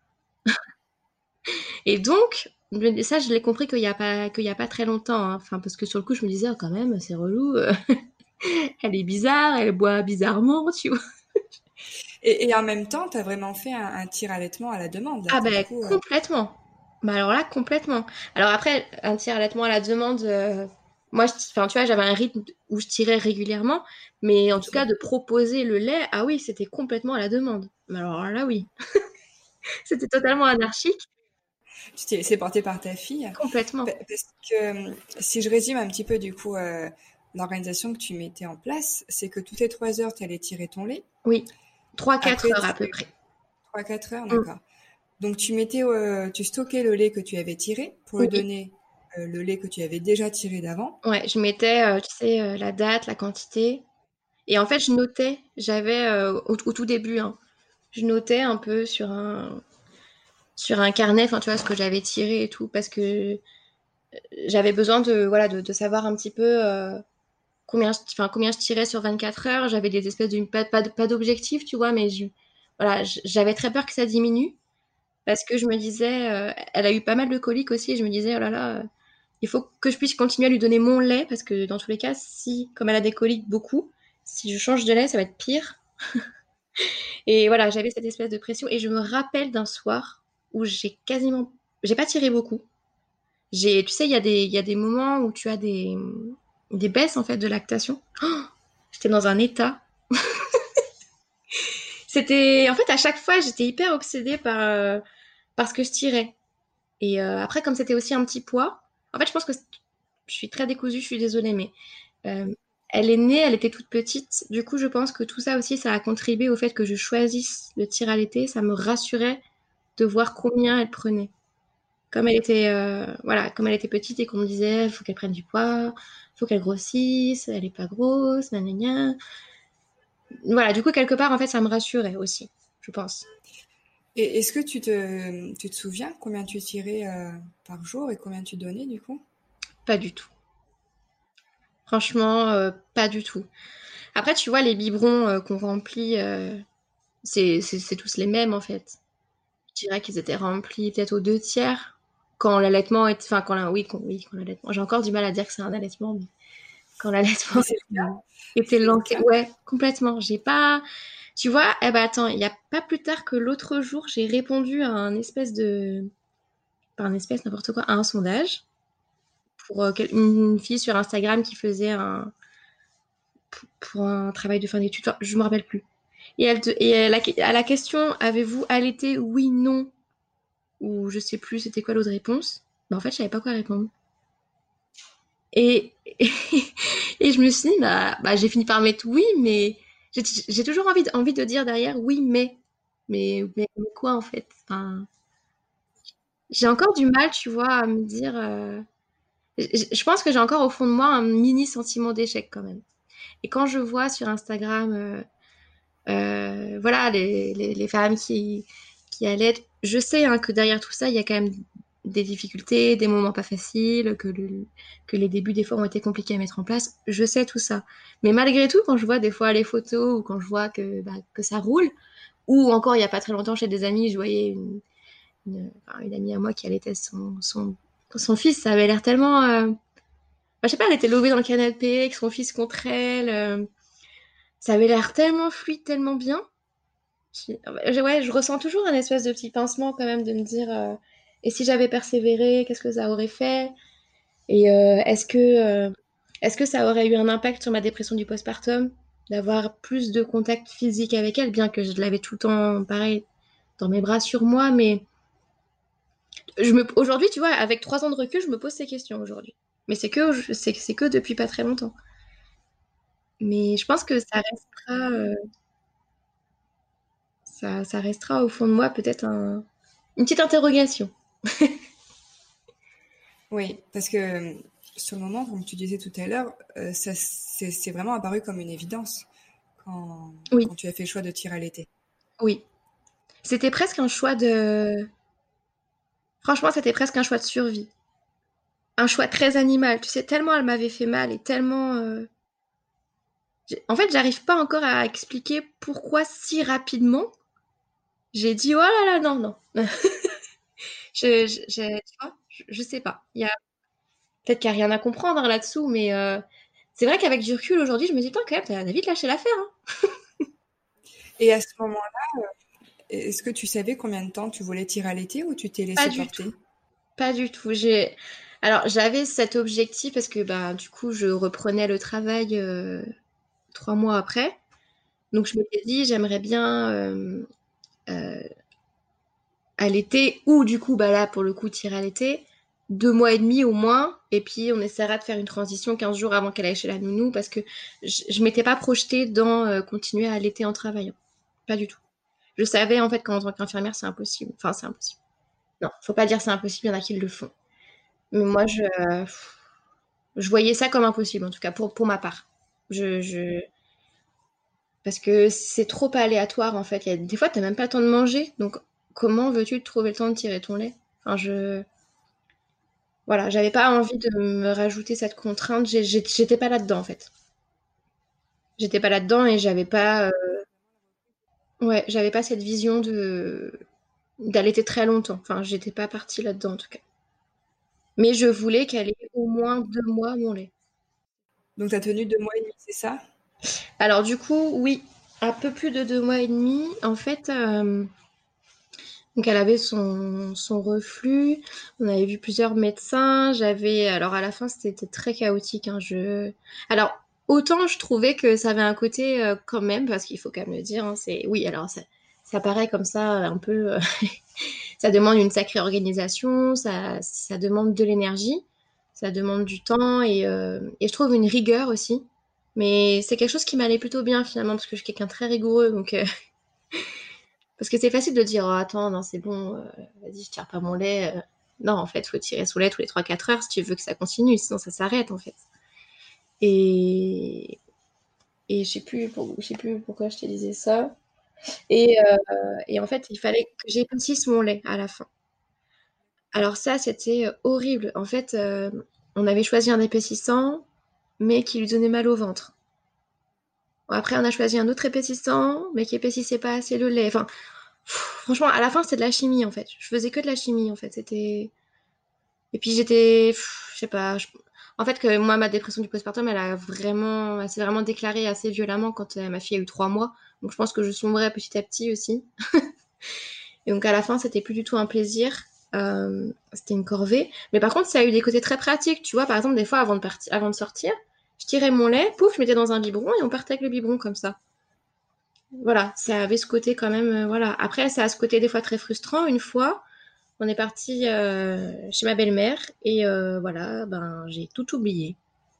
Et donc, ça, je l'ai compris qu'il y a pas, qu'il y a pas très longtemps, hein. Enfin, parce que sur le coup, je me disais, oh, quand même, c'est relou. euh, Elle est bizarre, elle boit bizarrement, tu vois. Et, et en même temps, tu as vraiment fait un, un tir-allaitement à la demande, là, Ah pour le ben, coup. euh. complètement. Bah alors là, complètement. Alors après, un tir allaitement à la demande, euh, moi, je, enfin, tu vois, j'avais un rythme où je tirais régulièrement, mais en tout Ok. cas, de proposer le lait, ah oui, c'était complètement à la demande. Mais alors là, oui, c'était totalement anarchique, Tu t'es laissé porter par ta fille. Pa- complètement. Parce que euh, si je résume un petit peu, du coup, euh, l'organisation que tu mettais en place, c'est que toutes les trois heures, tu allais tirer ton lait. Oui, trois quatre Après, heures à peu tu... près. trois quatre heures, Mm. d'accord. Donc, tu mettais, euh, tu stockais le lait que tu avais tiré pour lui Oui, donner euh, le lait que tu avais déjà tiré d'avant. ouais, je mettais, euh, tu sais, euh, la date, la quantité. Et en fait, je notais, j'avais, euh, au, au tout début, hein, je notais un peu sur un, sur un carnet, enfin, tu vois, ce que j'avais tiré et tout, parce que j'avais besoin de, voilà, de, de savoir un petit peu euh, combien, je- enfin, combien je tirais sur vingt-quatre heures. J'avais des espèces de, pas, pas, pas d'objectif, tu vois, mais je- voilà, j- j'avais très peur que ça diminue, parce que je me disais, euh, elle a eu pas mal de coliques aussi, et je me disais, oh là là, euh, il faut que je puisse continuer à lui donner mon lait, parce que dans tous les cas, si, comme elle a des coliques beaucoup, Si je change de lait, ça va être pire. Et voilà, j'avais cette espèce de pression. Et je me rappelle d'un soir où j'ai quasiment... J'ai pas tiré beaucoup. J'ai, tu sais, il y a des, il y a des moments où tu as des, des baisses, en fait, de lactation. Oh, j'étais dans un état. C'était... En fait, à chaque fois, j'étais hyper obsédée par, euh, par ce que je tirais. Et euh, après, comme c'était aussi un petit poids... En fait, je pense que... Je suis très décousue, je suis désolée, mais... euh, elle est née, elle était toute petite. Du coup, je pense que tout ça aussi, ça a contribué au fait que je choisisse le tir à l'été. Ça me rassurait de voir combien elle prenait. Comme elle était, euh, voilà, comme elle était petite et qu'on me disait, il faut qu'elle prenne du poids, il faut qu'elle grossisse, elle est pas grosse, nanana. Voilà, du coup, quelque part, en fait, ça me rassurait aussi, je pense. Et est-ce que tu te, tu te souviens combien tu tirais euh, par jour et combien tu donnais du coup? Pas du tout. Franchement, euh, pas du tout. Après, tu vois, les biberons euh, qu'on remplit, euh, c'est, c'est, c'est tous les mêmes, en fait. Je dirais qu'ils étaient remplis peut-être aux deux tiers. Quand l'allaitement est... Enfin, quand la... oui, quand... oui, quand l'allaitement... J'ai encore du mal à dire que c'est un allaitement, mais quand l'allaitement Mais c'est le cas. était C'est le lancé... cas. Ouais, complètement. J'ai pas... Tu vois, eh ben attends, il y a pas plus tard que l'autre jour, j'ai répondu à un espèce de... Pas un espèce, n'importe quoi, à un sondage pour euh, quel- une fille sur Instagram qui faisait un... pour un travail de fin d'études. Enfin, je me rappelle plus. Et, elle te... et elle a... à la question, avez-vous allaité? Oui, non. Ou je sais plus, c'était quoi l'autre réponse. Bah, en fait, je savais pas quoi répondre. Et, et je me suis dit, bah, bah, j'ai fini par mettre oui, mais j'ai j'ai toujours envie de, envie de dire derrière oui, mais. Mais, mais, mais quoi en fait? Enfin, j'ai encore du mal, tu vois, à me dire. euh, Je, je pense que j'ai encore au fond de moi un mini sentiment d'échec quand même. Et quand je vois sur Instagram, euh, euh, voilà, les, les, les femmes qui, qui allaitent, je sais hein, que derrière tout ça, il y a quand même des difficultés, des moments pas faciles, que, le, que les débuts des fois ont été compliqués à mettre en place. Je sais tout ça. Mais malgré tout, quand je vois des fois les photos ou quand je vois que, bah, que ça roule, ou encore il y a pas très longtemps chez des amis, je voyais une, une, enfin, une amie à moi qui allaitait son, son, son fils, ça avait l'air tellement... euh, bah, je sais pas, elle était levée dans le canapé avec son fils contre elle. euh, ça avait l'air tellement fluide, tellement bien. Je, ouais, je ressens toujours un espèce de petit pincement quand même de me dire euh, et si j'avais persévéré, qu'est-ce que ça aurait fait? Et euh, est-ce que, euh, est-ce que ça aurait eu un impact sur ma dépression du postpartum d'avoir plus de contact physique avec elle, bien que je l'avais tout le temps, pareil, dans mes bras sur moi, mais je me, aujourd'hui, tu vois, avec trois ans de recul, je me pose ces questions aujourd'hui. Mais c'est que, c'est, c'est que depuis pas très longtemps. Mais je pense que ça restera, euh, ça, ça restera au fond de moi peut-être un, une petite interrogation. Oui, parce que euh, sur le moment, comme tu disais tout à l'heure, euh, ça c'est c'est vraiment apparu comme une évidence quand, Oui, quand tu as fait le choix de tirer à l'été. oui. C'était presque un choix de... Franchement, c'était presque un choix de survie. Un choix très animal. Tu sais, tellement elle m'avait fait mal et tellement... euh, j'ai- En fait, j'arrive pas encore à expliquer pourquoi si rapidement j'ai dit, oh là là, non, non. Je, je, je- tu vois, je, je sais pas. Il y a... Peut-être qu'il n'y a rien à comprendre hein, là-dessous, mais euh, c'est vrai qu'avec du recul aujourd'hui, je me dis, putain, quand même, t'as vite lâché l'affaire. Hein. Et à ce moment-là, est-ce que tu savais combien de temps tu voulais tirer à l'été ou tu t'es Pas laissé du tout. porter? Pas du tout. J'ai... Alors, j'avais cet objectif parce que, bah, du coup, je reprenais le travail euh, trois mois après. Donc je m'étais dit, j'aimerais bien euh, euh, à l'été, ou du coup, bah là, pour le coup, tirer à l'été, deux mois et demi au moins, et puis on essaiera de faire une transition quinze jours avant qu'elle aille chez la nounou, parce que je, je m'étais pas projetée dans euh, continuer à allaiter en travaillant. Pas du tout. Je savais en fait qu'en tant qu'infirmière, c'est impossible. Enfin, c'est impossible. Non, faut pas dire c'est impossible, il y en a qui le font. Mais moi, je, euh, je voyais ça comme impossible, en tout cas, pour, pour ma part. Je, je, Parce que c'est trop aléatoire en fait. Il y a... Des fois, t'as même pas le temps de manger. Donc, comment veux-tu trouver le temps de tirer ton lait? Enfin, je... Voilà, j'avais pas envie de me rajouter cette contrainte. J'ai- j'ai- J'étais pas là-dedans en fait. J'étais pas là-dedans et j'avais pas... euh, Ouais, j'avais pas cette vision de d'allaiter très longtemps. Enfin, j'étais pas partie là-dedans en tout cas. Mais je voulais qu'elle ait au moins deux mois mon lait. Donc tu as tenu deux mois et demi, c'est ça? Alors du coup, oui, un peu plus de deux mois et demi. En fait, euh, donc elle avait son, son reflux. On avait vu plusieurs médecins. J'avais, alors à la fin, c'était très chaotique, hein. Je, alors autant je trouvais que ça avait un côté euh, quand même, parce qu'il faut quand même le dire, hein, c'est, oui, alors ça, ça paraît comme ça un peu, euh, ça demande une sacrée organisation, ça, ça demande de l'énergie, ça demande du temps et, euh, et je trouve une rigueur aussi. Mais c'est quelque chose qui m'allait plutôt bien finalement parce que je suis quelqu'un de très rigoureux, donc euh, parce que c'est facile de dire oh, attends non c'est bon, euh, vas-y je tire pas mon lait. euh. Non en fait faut tirer son lait tous les trois quatre heures si tu veux que ça continue, sinon ça s'arrête en fait. Et et je sais plus pour- je sais plus pourquoi je te disais ça. Et, euh, et en fait il fallait que j'épaississe mon lait à la fin. Alors ça c'était horrible. En fait euh, on avait choisi un épaississant mais qui lui donnait mal au ventre. Après, on a choisi un autre épaississant, mais qui épaississait pas assez le lait. Enfin, pff, franchement, à la fin, c'était de la chimie, en fait. Je faisais que de la chimie, en fait. C'était... Et puis, j'étais... pff, je sais pas... je- En fait, que moi, ma dépression du postpartum, elle a vraiment... Elle s'est vraiment déclarée assez violemment quand euh, ma fille a eu trois mois. Donc, je pense que je sombrais petit à petit aussi. Et donc, à la fin, c'était plus du tout un plaisir. Euh, c'était une corvée. Mais par contre, ça a eu des côtés très pratiques. Tu vois, par exemple, des fois, avant de, partir, avant de sortir, je tirais mon lait, pouf, je mettais dans un biberon et on partait avec le biberon comme ça. Voilà, ça avait ce côté quand même, euh, voilà. Après, ça a ce côté des fois très frustrant. Une fois, on est parti euh, chez ma belle-mère et euh, voilà, ben j'ai tout oublié.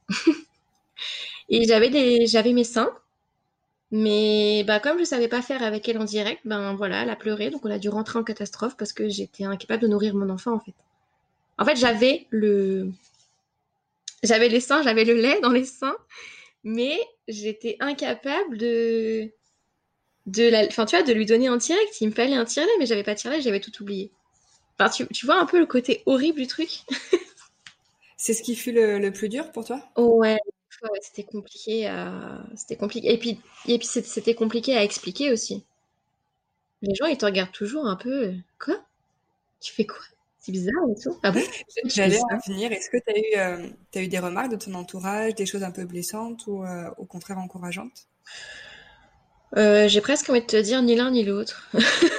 Et j'avais des, j'avais mes seins, mais bah comme je savais pas faire avec elle en direct, ben voilà, elle a pleuré, donc on a dû rentrer en catastrophe parce que j'étais incapable de nourrir mon enfant en fait. En fait, j'avais le, j'avais les seins, j'avais le lait dans les seins, mais j'étais incapable de, de la, enfin tu vois, de lui donner en direct. Il me fallait un tire-lait, mais j'avais pas de tire-lait, j'avais tout oublié. Enfin, tu, tu vois un peu le côté horrible du truc? C'est ce qui fut le, le plus dur pour toi? Ouais, ouais, ouais, c'était compliqué à... C'était compliqué. Et puis, et puis c'était c'était compliqué à expliquer aussi. Les gens, ils te regardent toujours un peu... euh, Quoi? Tu fais quoi? C'est bizarre et tout. Ah bon? Pourquoi tu fais J'allais ça? en venir. Est-ce que tu as eu, euh, t'as eu des remarques de ton entourage, des choses un peu blessantes ou euh, au contraire encourageantes? Euh, j'ai presque envie de te dire ni l'un ni l'autre.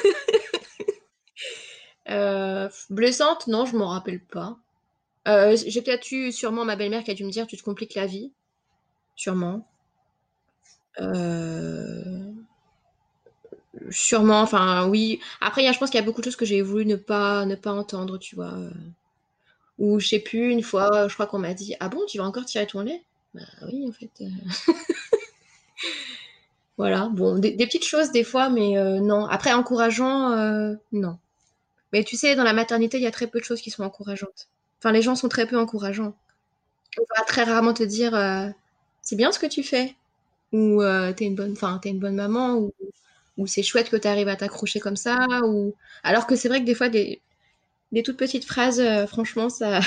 Euh, blessante? Non, je m'en rappelle pas. Euh, j'ai peut-être eu sûrement ma belle-mère qui a dû me dire tu te compliques la vie. Sûrement. Euh, Sûrement, enfin oui. Après, il y a- je pense qu'il y a beaucoup de choses que j'ai voulu ne pas, ne pas entendre, tu vois. euh. Ou je sais plus, une fois, je crois qu'on m'a dit, ah bon, tu vas encore tirer ton lait? Bah oui, en fait. euh, Voilà, bon, des, des petites choses des fois, mais euh, non. Après, encourageant, euh, non. Mais tu sais, dans la maternité, il y a très peu de choses qui sont encourageantes. Enfin, les gens sont très peu encourageants. On va très rarement te dire, euh, c'est bien ce que tu fais, ou euh, t'es une bonne, enfin, t'es une bonne maman, ou, ou c'est chouette que tu arrives à t'accrocher comme ça, ou alors que c'est vrai que des fois, des, des toutes petites phrases, euh, franchement, ça,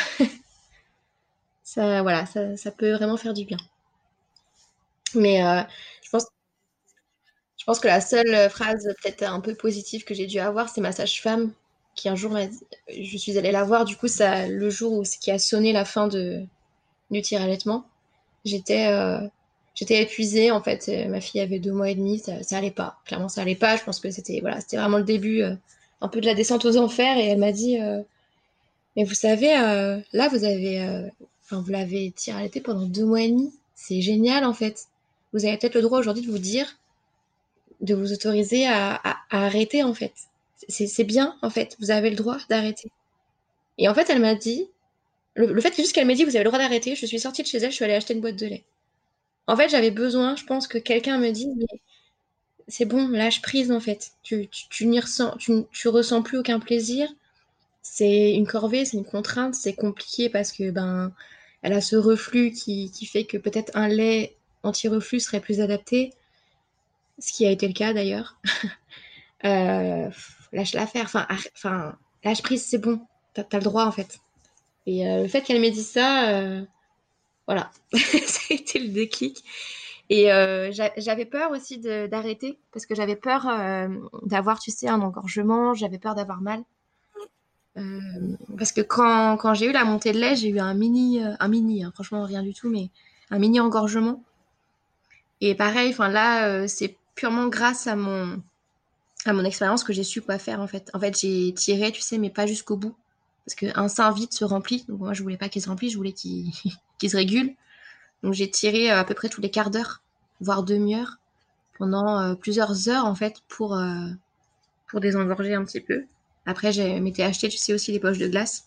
ça, voilà, ça, ça peut vraiment faire du bien. Mais euh, je pense Je pense que la seule euh, phrase peut-être un peu positive que j'ai dû avoir, c'est ma sage-femme qui un jour m'a dit, je suis allée la voir, du coup, ça, le jour où qui a sonné la fin de, du tir-allaitement, j'étais euh, j'étais épuisée en fait. Euh, Ma fille avait deux mois et demi, ça, ça allait pas. Clairement, ça allait pas. Je pense que c'était voilà, c'était vraiment le début, euh, un peu de la descente aux enfers. Et elle m'a dit, euh, mais vous savez, euh, là, vous avez, euh, enfin, vous l'avez tir-allaité pendant deux mois et demi. C'est génial en fait. Vous avez peut-être le droit aujourd'hui de vous dire de vous autoriser à, à- à arrêter en fait. C'est c'est bien en fait, vous avez le droit d'arrêter. Et en fait, elle m'a dit, le, le fait juste qu'elle m'ait dit vous avez le droit d'arrêter, je suis sortie de chez elle, je suis allée acheter une boîte de lait. En fait, j'avais besoin, je pense, que quelqu'un me dise mais c'est bon, lâche prise en fait. Tu, tu, tu n'y ressens, tu, tu ressens plus aucun plaisir. C'est une corvée, c'est une contrainte, c'est compliqué parce que ben elle a ce reflux qui, qui fait que peut-être un lait anti-reflux serait plus adapté, ce qui a été le cas d'ailleurs. Euh, Lâche l'affaire. Enfin, enfin, lâche prise, c'est bon. T'as, t'as le droit, en fait. Et euh, le fait qu'elle m'ait dit ça, euh, voilà, ça a été le déclic. Et euh, j'a- j'avais peur aussi de- d'arrêter, parce que j'avais peur euh, d'avoir, tu sais, un engorgement, j'avais peur d'avoir mal. Euh, Parce que quand, quand j'ai eu la montée de lait, j'ai eu un mini, euh, un mini, hein, franchement rien du tout, mais un mini engorgement. Et pareil, enfin là, euh, c'est purement grâce à mon à mon expérience que j'ai su quoi faire en fait. En fait, j'ai tiré, tu sais, mais pas jusqu'au bout. Parce qu'un sein vide se remplit. Donc moi, je voulais pas qu'il se remplisse, je voulais qu'il qu'il se régule. Donc j'ai tiré euh, à peu près tous les quarts d'heure, voire demi-heure, pendant euh, plusieurs heures en fait pour, euh, pour désengorger un petit peu. Après, j'ai m'étais acheté, tu sais, aussi les poches de glace.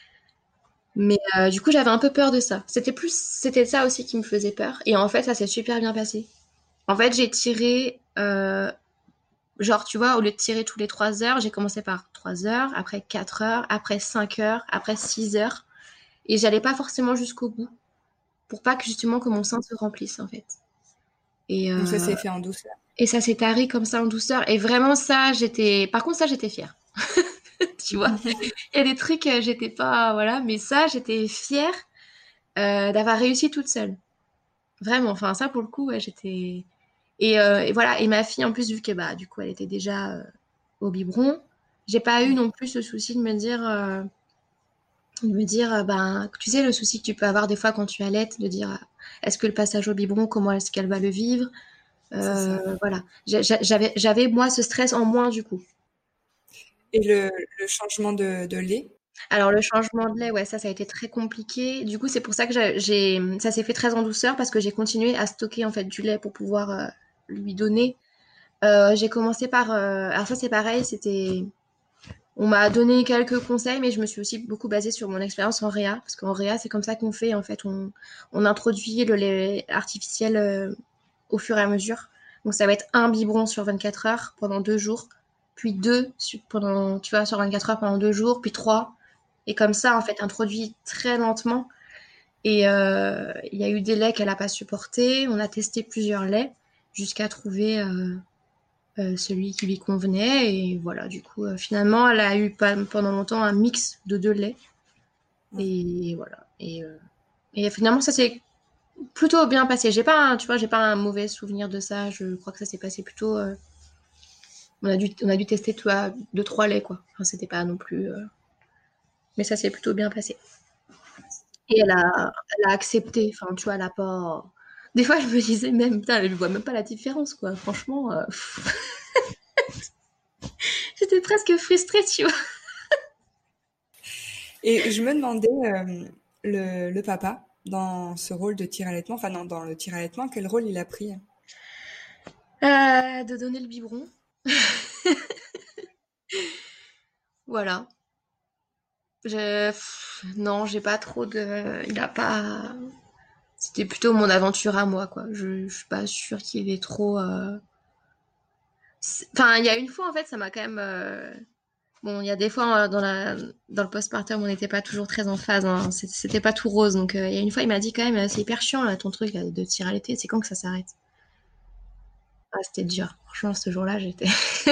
Mais euh, du coup, j'avais un peu peur de ça. C'était plus, c'était ça aussi qui me faisait peur. Et en fait, ça s'est super bien passé. En fait, j'ai tiré euh, genre, tu vois, au lieu de tirer tous les trois heures, j'ai commencé par trois heures, après quatre heures, après cinq heures, après six heures. Et j'allais pas forcément jusqu'au bout, pour pas que justement que mon sein se remplisse, en fait. Et, Donc ça euh, s'est fait en douceur. et ça s'est taré comme ça en douceur. Et vraiment, ça, j'étais... Par contre, ça, j'étais fière. Tu vois, il y a des trucs, euh, j'étais pas... Voilà, mais ça, j'étais fière euh, d'avoir réussi toute seule. Vraiment, enfin, ça, pour le coup, ouais, j'étais... Et, euh, et voilà, et ma fille, en plus, vu que, bah, du coup, elle était déjà... euh, au biberon. J'ai pas eu Ouais. non plus ce souci de me dire, euh, de me dire, euh, ben, tu sais, le souci que tu peux avoir des fois quand tu allaites, de dire, euh, est-ce que le passage au biberon, comment est-ce qu'elle va le vivre? C'est ça. Euh, voilà. J'ai- J'avais, j'avais, moi, ce stress en moins, du coup. Et le, le changement de, de lait? Alors, le changement de lait, ouais, ça, ça a été très compliqué. Du coup, c'est pour ça que j'ai, j'ai- ça s'est fait très en douceur parce que j'ai continué à stocker, en fait, du lait pour pouvoir euh, lui donner. Euh, j'ai commencé par, euh, alors ça, c'est pareil, c'était, on m'a donné quelques conseils, mais je me suis aussi beaucoup basée sur mon expérience en réa, parce qu'en réa, c'est comme ça qu'on fait, en fait, on, on introduit le lait artificiel euh, au fur et à mesure. Donc ça va être un biberon sur vingt-quatre heures pendant deux jours, puis deux pendant, tu vois, sur vingt-quatre heures pendant deux jours, puis trois. Et comme ça, en fait, introduit très lentement. Et euh, il y a eu des laits qu'elle n'a pas supportés. On a testé plusieurs laits jusqu'à trouver euh, euh, celui qui lui convenait. Et voilà, du coup, euh, finalement, elle a eu pas- pendant longtemps un mix de deux laits. Ouais. Et voilà. Et, euh, et finalement, ça s'est plutôt bien passé. J'ai pas, un- tu vois, j'ai pas un mauvais souvenir de ça. Je crois que ça s'est passé plutôt. euh, on a dû, on a dû tester toi, deux, trois laits, quoi. Enfin, c'était pas non plus. euh, mais ça s'est plutôt bien passé. Et elle a, elle a accepté. Enfin, tu vois, elle a pas. Des fois, je me disais même, putain, elle voit même pas la différence, quoi. Franchement, euh, j'étais presque frustrée, tu vois. Et je me demandais, euh, le, le papa, dans ce rôle de tir-allaitement, enfin non, dans le tir-allaitement, quel rôle il a pris? Euh, de donner le biberon. Voilà. Je... pff, non, j'ai pas trop de. Il a pas. C'était plutôt mon aventure à moi, quoi. Je, je suis pas sûre qu'il est trop. euh, c'est- Enfin, il y a une fois, en fait, ça m'a quand même. euh, Bon, il y a des fois, euh, dans la... dans le postpartum, on n'était pas toujours très en phase, hein. C'est- C'était pas tout rose. Donc, euh, il y a une fois, il m'a dit quand même, euh, c'est hyper chiant, là, ton truc là, de tirer à l'été. C'est quand que ça s'arrête? Ah, c'était dur. Franchement, ce jour-là, j'étais.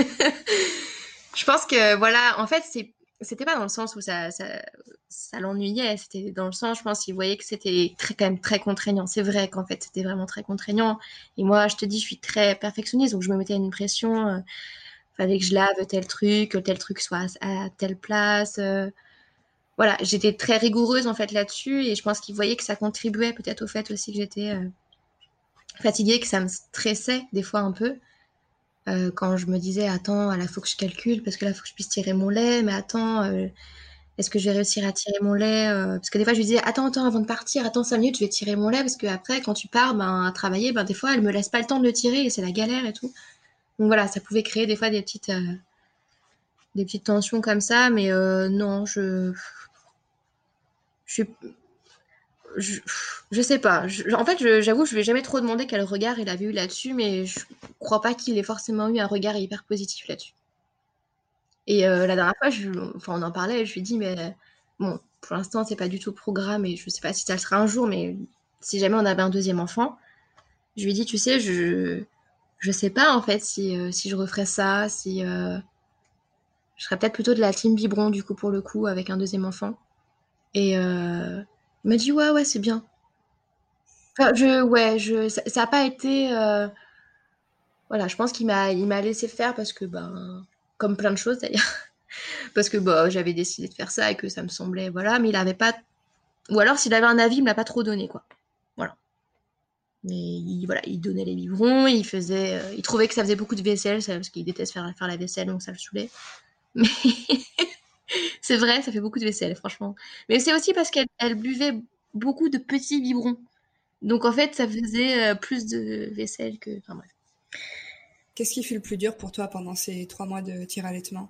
Je pense que voilà, en fait, c'est c'était pas dans le sens où ça ça, ça l'ennuyait, c'était dans le sens, je pense, qu'il voyait que c'était très quand même très contraignant. C'est vrai qu'en fait, c'était vraiment très contraignant. Et moi, je te dis, je suis très perfectionniste, donc je me mettais une pression. euh, fallait que je lave tel truc, que tel truc soit à, à telle place. euh. Voilà, j'étais très rigoureuse en fait là-dessus, et je pense qu'il voyait que ça contribuait peut-être au fait aussi que j'étais euh, fatiguée, que ça me stressait des fois un peu. Euh, quand je me disais, attends, là, faut que je calcule, parce que là, faut que je puisse tirer mon lait, mais attends, euh, est-ce que je vais réussir à tirer mon lait euh, Parce que des fois, je lui disais, attends, attends, avant de partir, attends cinq minutes, je vais tirer mon lait, parce que après, quand tu pars ben, à travailler, ben, des fois, elle me laisse pas le temps de le tirer, et c'est la galère et tout. Donc voilà, ça pouvait créer des fois des petites, euh, des petites tensions comme ça, mais euh, non, je, je suis je, je sais pas. Je- en fait, je- j'avoue, je lui ai jamais trop demandé quel regard il avait eu là-dessus, mais je crois pas qu'il ait forcément eu un regard hyper positif là-dessus. Et euh, la dernière fois, je, enfin, on en parlait, je lui ai dit, mais bon, pour l'instant, c'est pas du tout le programme et je sais pas si ça le sera un jour, mais si jamais on avait un deuxième enfant, je lui ai dit, tu sais, je, je sais pas en fait si, euh, si je referais ça, si euh, je serais peut-être plutôt de la team biberon du coup pour le coup avec un deuxième enfant. Et euh, il m'a dit, ouais, ouais, c'est bien. Enfin, je, ouais, je, ça, ça a pas été, euh, voilà, je pense qu'il m'a, il m'a laissé faire parce que, ben, comme plein de choses d'ailleurs, parce que bah, j'avais décidé de faire ça et que ça me semblait, voilà, mais il avait pas, ou alors s'il avait un avis, il me l'a pas trop donné, quoi. Voilà. Mais il, voilà, il donnait les biberons, il faisait, euh, il trouvait que ça faisait beaucoup de vaisselle, ça, parce qu'il déteste faire, faire la vaisselle, donc ça le saoulait. Mais c'est vrai, ça fait beaucoup de vaisselle, franchement. Mais c'est aussi parce qu'elle elle buvait beaucoup de petits biberons. Donc en fait, ça faisait euh, plus de vaisselle que. Enfin bref. Qu'est-ce qui fut le plus dur pour toi pendant ces trois mois de tir-allaitement?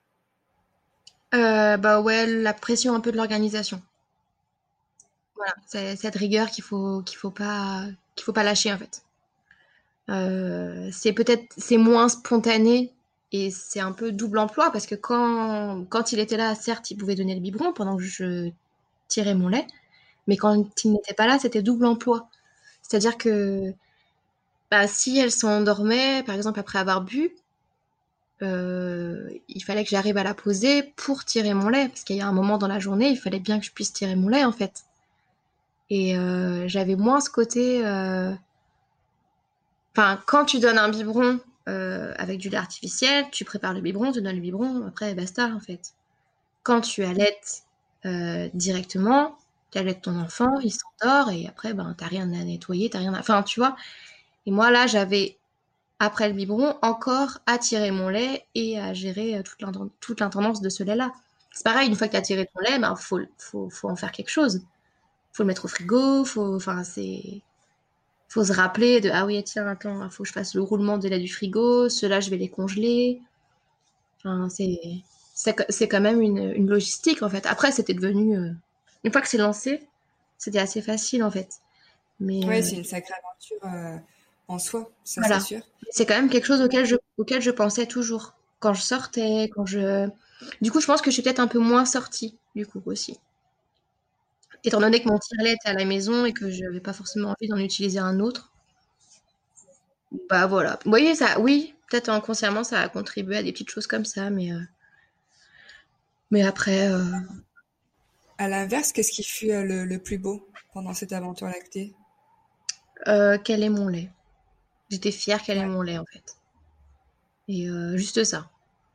Euh, bah ouais, la pression un peu de l'organisation. Voilà, c'est cette rigueur qu'il faut qu'il faut pas qu'il faut pas lâcher en fait. Euh, c'est peut-être c'est moins spontané et c'est un peu double emploi parce que quand quand il était là, certes, il pouvait donner le biberon pendant que je tirais mon lait, mais quand il n'était pas là, c'était double emploi. C'est-à-dire que bah, si elle s'endormait, par exemple après avoir bu, euh, il fallait que j'arrive à la poser pour tirer mon lait parce qu'il y a un moment dans la journée, il fallait bien que je puisse tirer mon lait en fait. Et euh, j'avais moins ce côté. euh, Enfin, quand tu donnes un biberon euh, avec du lait artificiel, tu prépares le biberon, tu donnes le biberon, après basta en fait. Quand tu allaites euh, directement, tu allaites ton enfant, il s'endort et après ben t'as rien à nettoyer, t'as rien à. Enfin, tu vois. Et moi là, j'avais après le biberon encore à tirer mon lait et à gérer euh, toute l'inten- toute l'intendance de ce lait-là. C'est pareil, une fois que tu as tiré ton lait, ben faut, faut, faut en faire quelque chose. Faut le mettre au frigo, faut, enfin c'est, faut se rappeler de ah oui tiens attends, faut que je fasse le roulement de lait du frigo, ceux-là je vais les congeler. Enfin c'est, c'est, c'est quand même une, une logistique en fait. Après c'était devenu, euh, une fois que c'est lancé, c'était assez facile en fait. Mais Ouais, euh, c'est une sacrée aventure euh, en soi, ça c'est voilà. sûr. C'est quand même quelque chose auquel je, auquel je pensais toujours. Quand je sortais, quand je... Du coup, je pense que je suis peut-être un peu moins sortie, du coup, aussi. Étant donné que mon tirelet était à la maison et que je n'avais pas forcément envie d'en utiliser un autre. Bah voilà. Vous voyez, ça, oui, peut-être inconsciemment, ça a contribué à des petites choses comme ça, mais, euh, mais après, euh, À l'inverse, qu'est-ce qui fut euh, le, le plus beau pendant cette aventure lactée? euh, quel est mon lait? J'étais fière quel est Ouais. mon lait, en fait. Et euh, juste ça.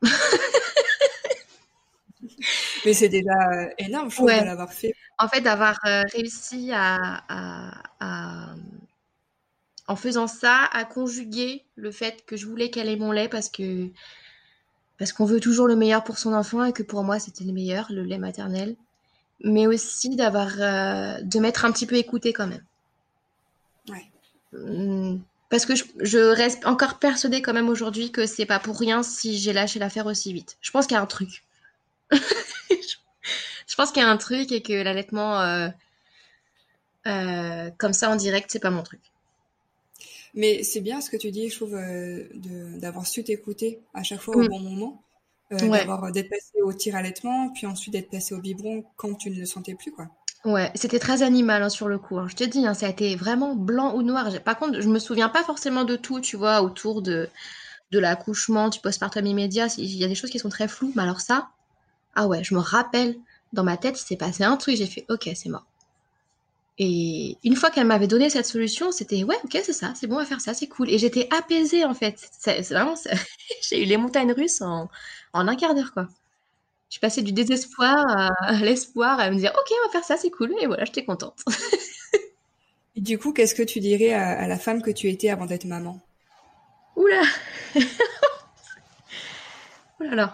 Mais c'est déjà euh, énorme, je trouve, de Ouais. l'avoir fait. En fait, d'avoir euh, réussi à, à, à en faisant ça, à conjuguer le fait que je voulais caler mon lait parce que parce qu'on veut toujours le meilleur pour son enfant et que pour moi c'était le meilleur, le lait maternel, mais aussi d'avoir euh, de m'être un petit peu écoutée quand même. Ouais. Hum, Parce que je, je reste encore persuadée quand même aujourd'hui que c'est pas pour rien si j'ai lâché l'affaire aussi vite. Je pense qu'il y a un truc. Je pense qu'il y a un truc et que l'allaitement euh, euh, comme ça en direct, c'est pas mon truc. Mais c'est bien ce que tu dis, je trouve, euh, de, d'avoir su t'écouter à chaque fois au Mm. bon moment, euh, Ouais. d'avoir d'être passé au tir-allaitement, puis ensuite d'être passé au biberon quand tu ne le sentais plus, quoi. Ouais, c'était très animal hein, sur le coup. hein. Je te dis, hein, ça a été vraiment blanc ou noir. J'ai- Par contre, je me souviens pas forcément de tout, tu vois, autour de, de l'accouchement, du postpartum immédiat. Il y a des choses qui sont très floues, mais alors ça, ah ouais, je me rappelle, dans ma tête, il s'est passé un truc, j'ai fait, ok, c'est mort. Et une fois qu'elle m'avait donné cette solution, c'était, ouais, ok, c'est ça, c'est bon à faire ça, c'est cool. Et j'étais apaisée, en fait. C'est c'est vraiment, c'est- j'ai eu les montagnes russes en, en un quart d'heure, quoi. Je suis passée du désespoir à, à l'espoir, à me dire, ok, on va faire ça, c'est cool. Et voilà, j'étais contente. Et du coup, qu'est-ce que tu dirais à, à la femme que tu étais avant d'être maman? Oula, oulala.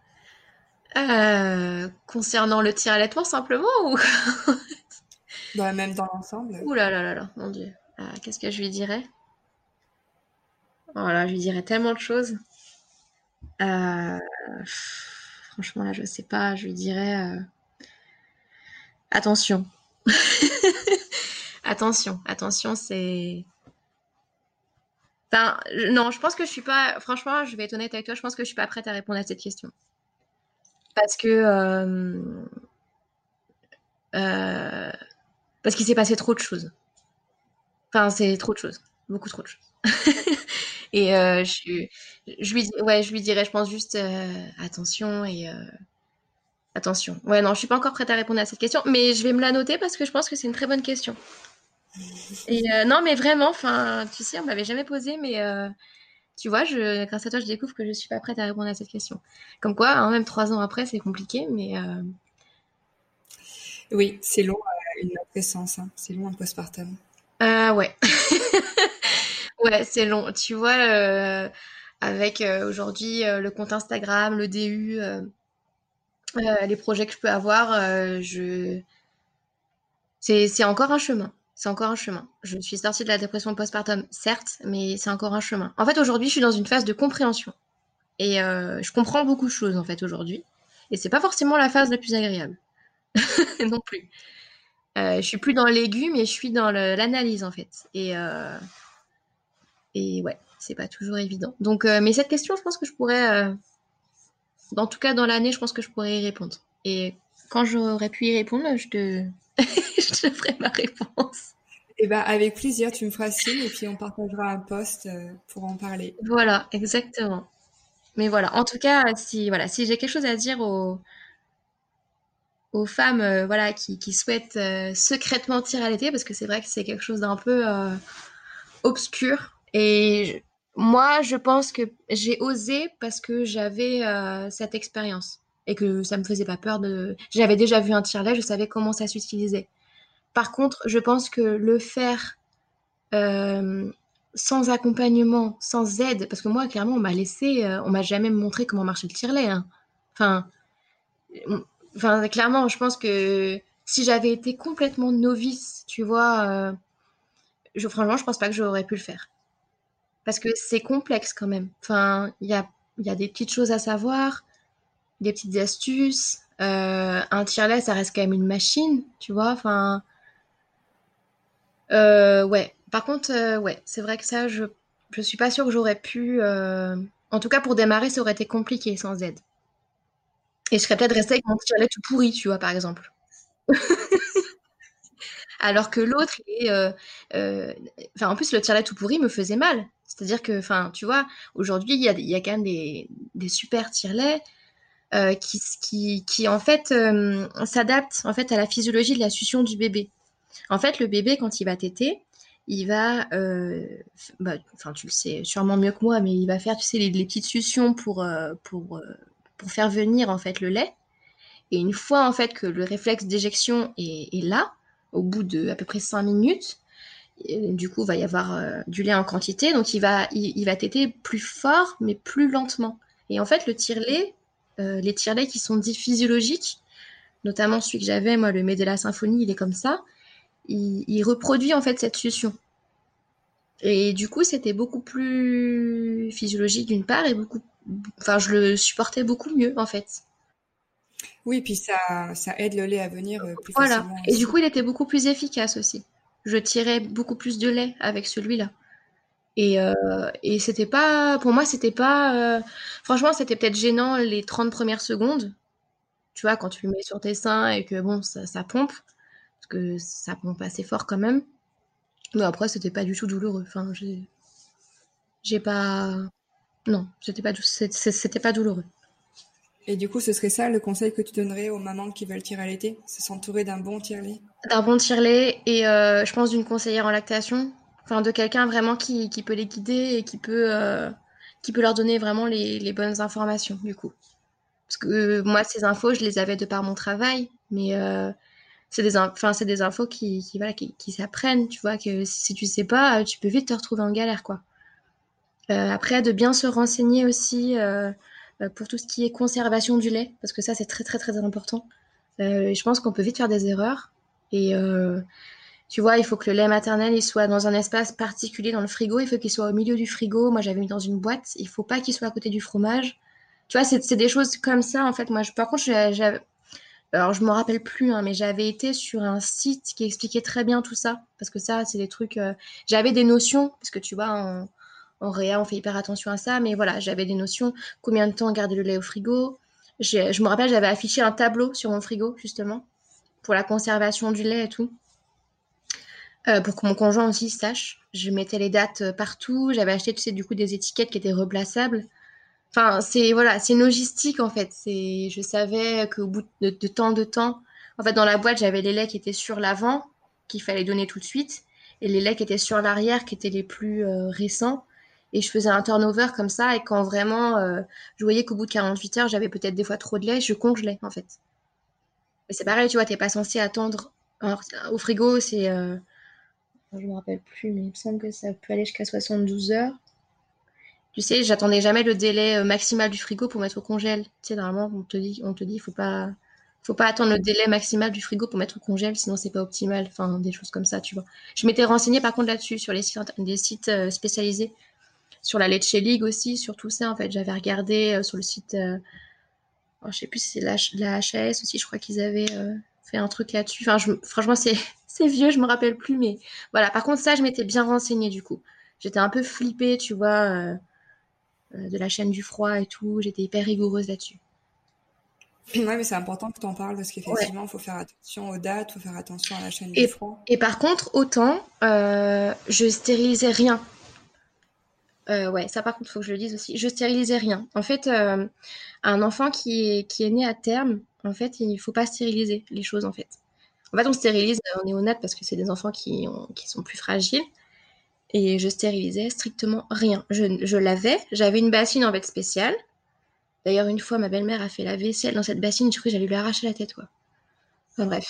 Euh, concernant le tir allaitement simplement ou Bah, même dans l'ensemble. oulala là là, mon Dieu. Euh, qu'est-ce que je lui dirais? Oh là, je lui dirais tellement de choses. Euh, franchement là, je sais pas. Je lui dirais euh, attention, attention, attention. C'est enfin, je- non, je pense que je suis pas. Franchement, je vais être honnête avec toi. Je pense que je suis pas prête à répondre à cette question parce que euh, euh, parce qu'il s'est passé trop de choses. Enfin, c'est trop de choses, beaucoup trop de choses. Et euh, je, je lui, ouais, je lui dirais, je pense juste euh, attention et euh, attention. Ouais, non, je suis pas encore prête à répondre à cette question, mais je vais me la noter parce que je pense que c'est une très bonne question. Et euh, non, mais vraiment, enfin, tu sais, on m'avait jamais posé, mais euh, tu vois, je, grâce à toi, je découvre que je suis pas prête à répondre à cette question. Comme quoi, hein, même trois ans après, c'est compliqué, mais euh, Oui, c'est long, euh, une naissance, hein. C'est long un postpartum. Euh, ouais. Ouais, c'est long. Tu vois, euh, avec euh, aujourd'hui euh, le compte Instagram, le D U, euh, euh, les projets que je peux avoir, euh, je... c'est, c'est encore un chemin. C'est encore un chemin. Je suis sortie de la dépression postpartum, certes, mais c'est encore un chemin. En fait, aujourd'hui, je suis dans une phase de compréhension. Et euh, je comprends beaucoup de choses, en fait, aujourd'hui. Et c'est pas forcément la phase la plus agréable non plus. Euh, je suis plus dans l'aigu, mais je suis dans le- l'analyse, en fait. Et, euh, et ouais, c'est pas toujours évident. Donc, euh, mais cette question, je pense que je pourrais, euh, en tout cas dans l'année, je pense que je pourrais y répondre. Et quand j'aurais pu y répondre, je te, je te ferai ma réponse. Eh ben, avec plaisir, tu me feras signe et puis on partagera un post euh, pour en parler. Voilà, exactement. Mais voilà, en tout cas, si voilà, si j'ai quelque chose à dire aux, aux femmes, euh, voilà, qui, qui souhaitent euh, secrètement tirer à l'été, parce que c'est vrai que c'est quelque chose d'un peu euh, obscur. Et je- moi, je pense que j'ai osé parce que j'avais euh, cette expérience et que ça me faisait pas peur de. J'avais déjà vu un tire-lait, je savais comment ça s'utilisait. Par contre, je pense que le faire euh, sans accompagnement, sans aide, parce que moi, clairement, on m'a laissé, euh, on m'a jamais montré comment marchait le tire-lait, hein. Enfin, on- enfin, clairement, je pense que si j'avais été complètement novice, tu vois, euh, je, franchement, je pense pas que j'aurais pu le faire. Parce que c'est complexe quand même. Enfin, il y a, il y a des petites choses à savoir, des petites astuces. Euh, un tire-lait, ça reste quand même une machine, tu vois. Enfin, euh, ouais. Par contre, euh, ouais, c'est vrai que ça, je, je suis pas sûre que j'aurais pu. euh, En tout cas, pour démarrer, ça aurait été compliqué sans aide. Et je serais peut-être restée avec mon tire-lait tout pourri, tu vois, par exemple. Alors que l'autre, il est, euh, euh, enfin, en plus, le tire-lait tout pourri me faisait mal. C'est-à-dire que, enfin, tu vois, aujourd'hui, il y a, il y a quand même des, des super tire-laits euh, qui, qui, qui, en fait, euh, s'adaptent en fait à la physiologie de la succion du bébé. En fait, le bébé, quand il va téter, il va, euh, bah, enfin, tu le sais sûrement mieux que moi, mais il va faire, tu sais, les, les petites suctions pour, euh, pour, euh, pour faire venir en fait le lait. Et une fois en fait que le réflexe d'éjection est, est là, au bout de à peu près cinq minutes, et, du coup, il va y avoir euh, du lait en quantité, donc il va, il, il va téter plus fort, mais plus lentement. Et en fait, le tire-lait, euh, les tire-laits qui sont dits physiologiques, notamment celui que j'avais, moi, le Medela Symphonie, il est comme ça, il, il reproduit en fait cette succion. Et du coup, c'était beaucoup plus physiologique d'une part et beaucoup, enfin, je le supportais beaucoup mieux en fait. Oui, puis ça, ça aide le lait à venir euh, plus Voilà. facilement Et du aussi. coup, il était beaucoup plus efficace aussi. Je tirais beaucoup plus de lait avec celui-là. Et, euh, et c'était pas, pour moi, c'était pas, euh, franchement, c'était peut-être gênant les trente premières secondes, tu vois, quand tu le mets sur tes seins et que bon, ça, ça pompe, parce que ça pompe assez fort quand même. Mais après, c'était pas du tout douloureux. Enfin, j'ai, j'ai pas, non, c'était pas, dou- c'est- c'est- c'était pas douloureux. Et du coup, ce serait ça le conseil que tu donnerais aux mamans qui veulent tirer à l'été? C'est s'entourer d'un bon tire-lait? D'un bon tire-lait et euh, je pense d'une conseillère en lactation, enfin de quelqu'un vraiment qui, qui peut les guider et qui peut, euh, qui peut leur donner vraiment les, les bonnes informations du coup. Parce que euh, moi, ces infos, je les avais de par mon travail, mais euh, c'est des, in- enfin, c'est des infos qui, qui, voilà, qui, qui s'apprennent, tu vois, que si tu sais pas, tu peux vite te retrouver en galère, quoi. Euh, après, de bien se renseigner aussi euh, euh, pour tout ce qui est conservation du lait, parce que ça, c'est très, très, très important. Euh, je pense qu'on peut vite faire des erreurs. Et euh, tu vois, il faut que le lait maternel il soit dans un espace particulier dans le frigo. Il faut qu'il soit au milieu du frigo. Moi, j'avais mis dans une boîte. Il faut pas qu'il soit à côté du fromage. Tu vois, c'est c'est des choses comme ça, en fait. Moi, je, par contre, j'ai- j'avais- alors je me rappelle plus, hein, mais j'avais été sur un site qui expliquait très bien tout ça. Parce que ça, c'est des trucs. euh, J'avais des notions, parce que tu vois, en, en réa, on fait hyper attention à ça. Mais voilà, j'avais des notions. Combien de temps garder le lait au frigo? J'ai- Je me rappelle, j'avais affiché un tableau sur mon frigo, justement, pour la conservation du lait et tout. Euh, pour que mon conjoint aussi sache. Je mettais les dates euh, partout. J'avais acheté, tu sais, du coup, des étiquettes qui étaient replaçables. Enfin, c'est voilà, c'est une logistique en fait. C'est, je savais qu'au bout de, de tant de temps, en fait, dans la boîte, j'avais les laits qui étaient sur l'avant, qu'il fallait donner tout de suite, et les laits qui étaient sur l'arrière, qui étaient les plus euh, récents. Et je faisais un turnover comme ça. Et quand vraiment, euh, je voyais qu'au bout de quarante-huit heures, j'avais peut-être des fois trop de lait, je congelais en fait. Mais c'est pareil, tu vois, t'es pas censé attendre. Alors, au frigo, c'est euh, Enfin, je me rappelle plus, mais il me semble que ça peut aller jusqu'à soixante-douze heures. Tu sais, j'attendais jamais le délai euh, maximal du frigo pour mettre au congèle. Tu sais, normalement, on te dit, on te dit, faut pas, faut pas attendre le délai maximal du frigo pour mettre au congèle, sinon c'est pas optimal. Enfin, des choses comme ça, tu vois. Je m'étais renseignée par contre là-dessus sur les sites, des sites euh, spécialisés, sur la Leche League aussi, sur tout ça. En fait, j'avais regardé euh, sur le site, euh, oh, je sais plus si c'est la, la H A S aussi, je crois qu'ils avaient euh, fait un truc là-dessus. Enfin, je, franchement, c'est, c'est vieux, je me rappelle plus, mais voilà. Par contre, ça, je m'étais bien renseignée du coup. J'étais un peu flippée, tu vois. Euh, euh, de la chaîne du froid et tout. J'étais hyper rigoureuse là-dessus. Ouais, mais c'est important que tu en parles parce Ouais. qu'effectivement, il faut faire attention aux dates, il faut faire attention à la chaîne du Et, froid. et par contre, autant, euh, je stérilisais rien. Euh, ouais, ça par contre, il faut que je le dise aussi. Je stérilisais rien. En fait, euh, un enfant qui est, qui est né à terme, en fait, il faut pas stériliser les choses, en fait. En fait, on stérilise en néonate parce que c'est des enfants qui, ont, qui sont plus fragiles. Et je stérilisais strictement rien. Je, je lavais. J'avais une bassine en fait spéciale. D'ailleurs, une fois, ma belle-mère a fait la vaisselle dans cette bassine. Je crois que j'allais lui arracher la tête, quoi. Enfin bref.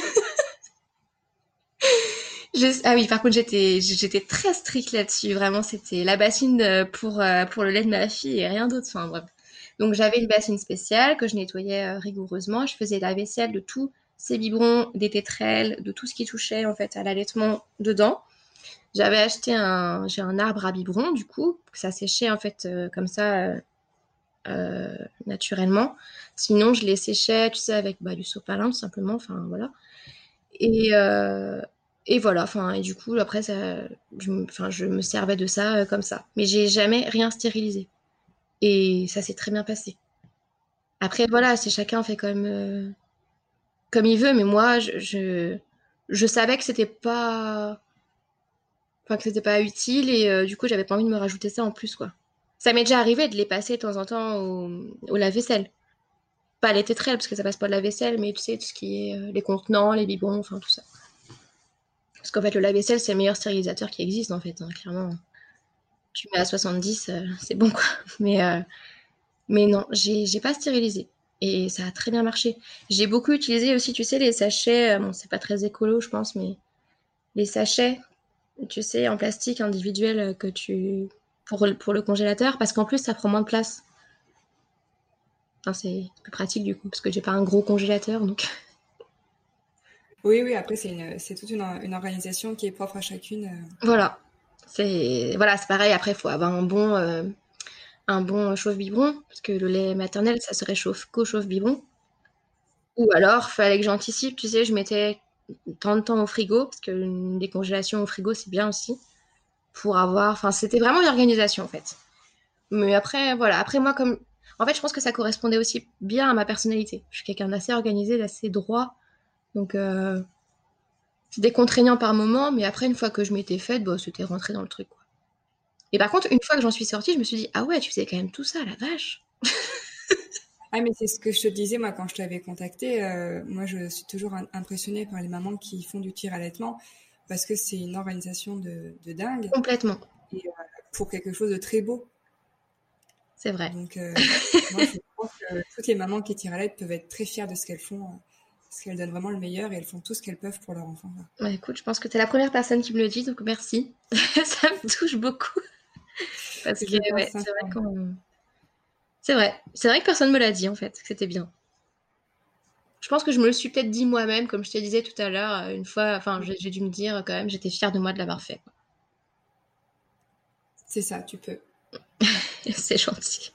Je- Ah oui, par contre, j'étais, j'étais très stricte là-dessus. Vraiment, c'était la bassine euh, pour, euh, pour le lait de ma fille et rien d'autre. Enfin, bref. Donc, j'avais une bassine spéciale que je nettoyais euh, rigoureusement. Je faisais la vaisselle de tous ces biberons, des tétrelles, de tout ce qui touchait en fait à l'allaitement dedans. J'avais acheté un, j'ai un arbre à biberon du coup, que ça séchait en fait euh, comme ça euh, euh, naturellement. Sinon, je les séchais, tu sais, avec bah, du sopalin tout simplement. Enfin, voilà. Et, euh, et voilà, enfin, et du coup, après, ça, je, me- enfin, je me servais de ça euh, comme ça. Mais j'ai jamais rien stérilisé. Et ça s'est très bien passé. Après, voilà, c'est chacun fait comme, euh, comme il veut, mais moi, je, je, je savais que c'était pas, enfin, que c'était pas utile et euh, du coup, j'avais pas envie de me rajouter ça en plus, quoi. Ça m'est déjà arrivé de les passer de temps en temps au, au lave-vaisselle. Pas les tétrelles, parce que ça passe pas de la vaisselle, mais tu sais, tout ce qui est euh, les contenants, les biberons, enfin, tout ça. Parce qu'en fait, le lave-vaisselle, c'est le meilleur stérilisateur qui existe, en fait, hein, clairement. Tu mets à soixante-dix, euh, c'est bon quoi. Mais, euh, mais non, j'ai, j'ai pas stérilisé. Et ça a très bien marché. J'ai beaucoup utilisé aussi, tu sais, les sachets, euh, bon, c'est pas très écolo, je pense, mais les sachets, tu sais, en plastique individuel euh, que tu. Pour, pour le congélateur, parce qu'en plus, ça prend moins de place. Enfin, c'est plus pratique du coup, parce que j'ai pas un gros congélateur, donc. Oui, oui, après, c'est une, c'est toute une, une organisation qui est propre à chacune. euh. Voilà. C'est voilà, c'est pareil. Après, il faut avoir un bon, euh, un bon chauffe-biberon, parce que le lait maternel, ça se réchauffe qu'au chauffe-biberon. Ou alors, fallait que j'anticipe, tu sais, je mettais tant de temps au frigo, parce que une décongélation au frigo, c'est bien aussi, pour avoir... Enfin, c'était vraiment une organisation, en fait. Mais après, voilà, après moi, comme... En fait, je pense que ça correspondait aussi bien à ma personnalité. Je suis quelqu'un d'assez organisé, d'assez droit, donc euh, c'était contraignant par moment, mais après, une fois que je m'étais faite, bon, c'était rentré dans le truc, quoi. Et par contre, une fois que j'en suis sortie, je me suis dit, ah ouais, tu faisais quand même tout ça, la vache. Ah, mais c'est ce que je te disais, moi, quand je t'avais contacté. Euh, moi, je suis toujours un- impressionnée par les mamans qui font du tir-allaitement parce que c'est une organisation de, de dingue Complètement, et euh, pour quelque chose de très beau. c'est vrai. Donc, euh, moi, je pense que toutes les mamans qui tirent à l'aide peuvent être très fières de ce qu'elles font, euh, parce qu'elles donnent vraiment le meilleur et elles font tout ce qu'elles peuvent pour leur enfant, quoi. Bah, écoute, je pense que t'es la première personne qui me le dit, donc merci. Ça me touche beaucoup. Parce que, Je pense ouais, c'est vrai sincèrement. qu'on... C'est vrai. C'est vrai que personne me l'a dit, en fait, que c'était bien. Je pense que je me le suis peut-être dit moi-même, comme je te disais tout à l'heure, euh, une fois, enfin, j'ai j'ai dû me dire quand même, j'étais fière de moi de l'avoir fait, quoi. C'est ça, tu peux. C'est gentil.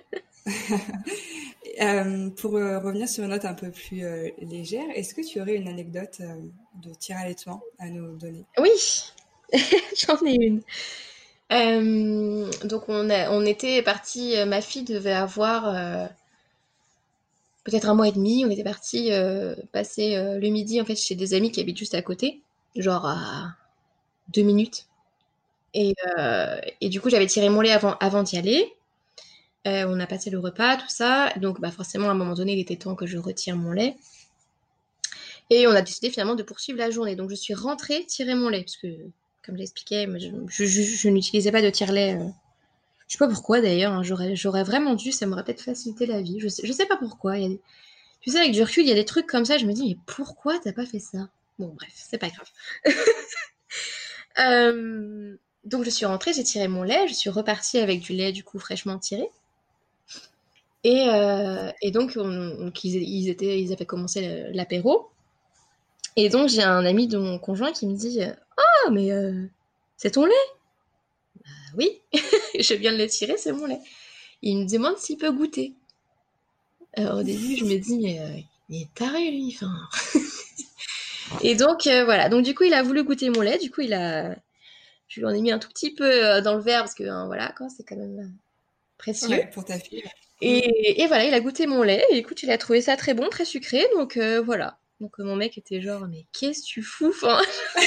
Euh, pour euh, revenir sur une note un peu plus euh, légère, est-ce que tu aurais une anecdote euh, de tir-allaitement à nous donner? Oui, j'en ai une. Euh, donc on a, on était parti, ma fille devait avoir euh, peut-être un mois et demi. On était parti euh, passer euh, le midi en fait chez des amis qui habitent juste à côté, genre à deux minutes. Et, euh, et du coup j'avais tiré mon lait avant, avant d'y aller. Euh, on a passé le repas, tout ça. Donc, bah, forcément, à un moment donné, il était temps que je retire mon lait. Et on a décidé finalement de poursuivre la journée. Donc, je suis rentrée tirer mon lait. Parce que, comme j'expliquais, je, je, je, je n'utilisais pas de tire-lait. Euh, je sais pas pourquoi d'ailleurs. Hein, j'aurais, j'aurais vraiment dû. Ça m'aurait peut-être facilité la vie. Je sais, je sais pas pourquoi. Il y a des... Tu sais, avec du recul, il y a des trucs comme ça. Je me dis, mais pourquoi t'as pas fait ça? Bon, bref, c'est pas grave. Euh, donc je suis rentrée, j'ai tiré mon lait, je suis repartie avec du lait du coup fraîchement tiré. Et, euh, et donc, on- donc ils, ils étaient, ils avaient commencé le- l'apéro. Et donc j'ai un ami de mon conjoint qui me dit ah mais euh, c'est ton lait? Ah oui, je viens de le tirer, c'est mon lait. Il me demande s'il peut goûter. Alors, au début, je me dis mais euh, il est taré lui. Enfin. Et donc euh, voilà. Donc du coup, il a voulu goûter mon lait. Du coup, il a, je lui en ai mis un tout petit peu euh, dans le verre parce que hein, voilà, quoi, c'est quand même euh, précieux. Ouais, pour ta fille. Mm. Et, et voilà, il a goûté mon lait. Et écoute, il a trouvé ça très bon, très sucré. Donc euh, voilà. Donc euh, mon mec était genre mais qu'est-ce que tu fous? Enfin,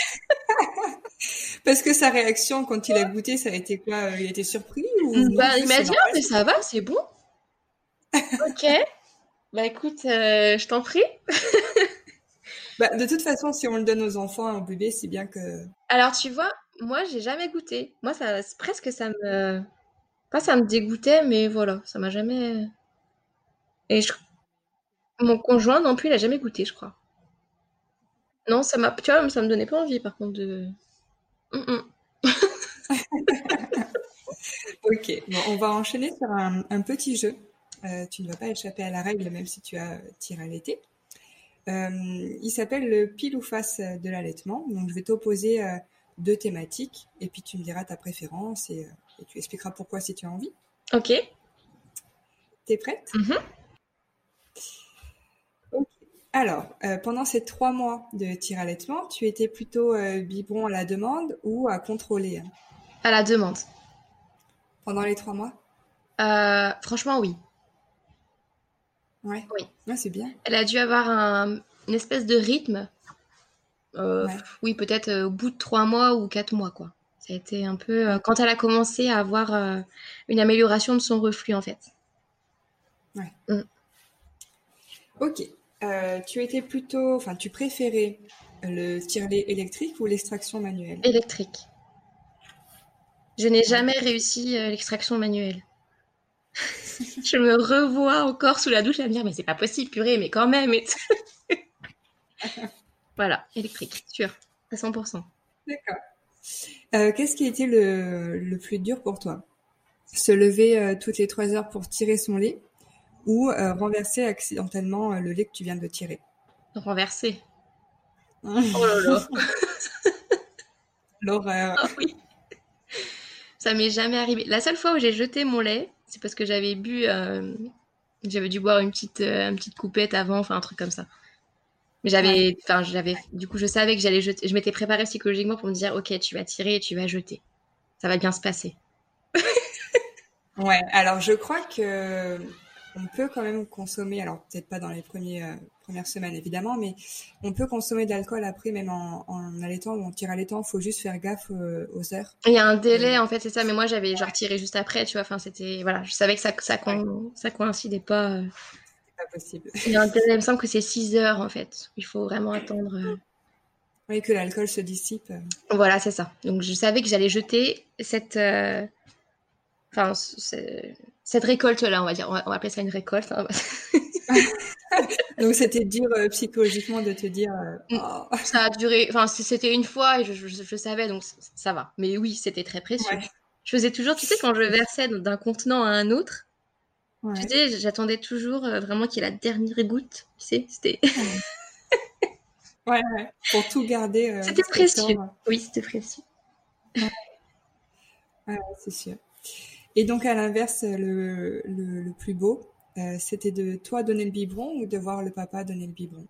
Parce que sa réaction quand il a goûté, ça a été quoi? Euh, Il a été surpris ou non, bah, il juste m'a c'est dit ah normal? mais ça va, c'est bon. Ok. Bah écoute, euh, je t'en prie. Bah, de toute façon, si on le donne aux enfants, au bébé, c'est bien que... Alors tu vois, moi j'ai jamais goûté. Moi ça presque ça me pas ça me dégoûtait, mais voilà, ça m'a jamais. Et je- mon conjoint non plus, il a jamais goûté, je crois. Non, ça m'a, tu vois, ça me donnait pas envie par contre de. Mm, mm. Ok, bon, on va enchaîner sur un, un petit jeu. Euh, tu ne vas pas échapper à la règle, même si tu as tiré à l'été. Euh, il s'appelle le pile ou face de l'allaitement. Donc, je vais t'opposer euh, deux thématiques et puis tu me diras ta préférence et, euh, et tu expliqueras pourquoi si tu as envie. Ok. T'es prête? Mhm. Ok. Alors, euh, pendant ces trois mois de tir allaitement, tu étais plutôt euh, biberon à la demande ou à contrôler hein, À la demande. pendant les trois mois? Euh, franchement, oui. Ouais, Oui. ouais, c'est bien. Elle a dû avoir un- une espèce de rythme. Euh, Ouais, oui, peut-être euh, au bout de trois mois ou quatre mois, quoi. Ça a été un peu euh, quand elle a commencé à avoir euh, une amélioration de son reflux, en fait. ouais. Mm. Ok. Euh, tu étais plutôt, enfin, tu préférais le tire-lait électrique ou l'extraction manuelle? Électrique. Je n'ai Ouais. jamais réussi euh, l'extraction manuelle. Je me revois encore sous la douche à me dire, mais c'est pas possible, purée, mais quand même. Et voilà, électrique, sûr, à cent pour cent. D'accord. Euh, qu'est-ce qui a été le, le plus dur pour toi? Se lever euh, toutes les trois heures pour tirer son lait ou euh, renverser accidentellement euh, le lait que tu viens de tirer? Renversé. Oh là là. L'horreur. Ah oui. Ça m'est jamais arrivé. La seule fois où j'ai jeté mon lait, c'est parce que j'avais bu, euh, j'avais dû boire une petite, euh, une petite coupette avant, enfin un truc comme ça. Mais Ouais. j'avais, enfin j'avais, du coup je savais que j'allais jeter. Je m'étais préparée psychologiquement pour me dire, ok, tu vas tirer et tu vas jeter. Ça va bien se passer. Ouais. Alors, je crois que on peut quand même consommer, alors peut-être pas dans les premiers, euh, premières semaines évidemment, mais on peut consommer de l'alcool après, même en, en allaitant ou en tir allaitant. Faut juste faire gaffe euh, aux heures. Il y a un Euh, délai en fait, c'est ça. Mais moi j'avais genre tiré juste après, tu vois. Enfin c'était, voilà, je savais que ça, ça, ouais, co- ça coïncidait pas. euh. c'est pas possible. Il y a un délai, il me semble que c'est six heures en fait. Il faut vraiment attendre. euh. Oui, que l'alcool se dissipe. euh. Voilà, c'est ça. Donc je savais que j'allais jeter cette, euh, enfin ce- cette récolte-là, on va dire. On va, on va appeler ça une récolte, hein. Donc, c'était dur euh, psychologiquement de te dire, euh, Mm. oh, Ça a duré, enfin c- c'était une fois et je, je- je savais donc c- ça va. Mais oui, c'était très précieux. ouais, Je faisais toujours, tu sais, quand je versais d'un contenant à un autre, tu ouais, sais, j'attendais toujours euh, vraiment qu'il y ait la dernière goutte. Tu sais, c'était ouais, ouais. Pour tout garder euh, c'était au précieux. corps. Oui, c'était précieux. Ouais, ouais, c'est sûr. Et donc, à l'inverse, le, le, le plus beau, euh, c'était de toi donner le biberon ou de voir le papa donner le biberon?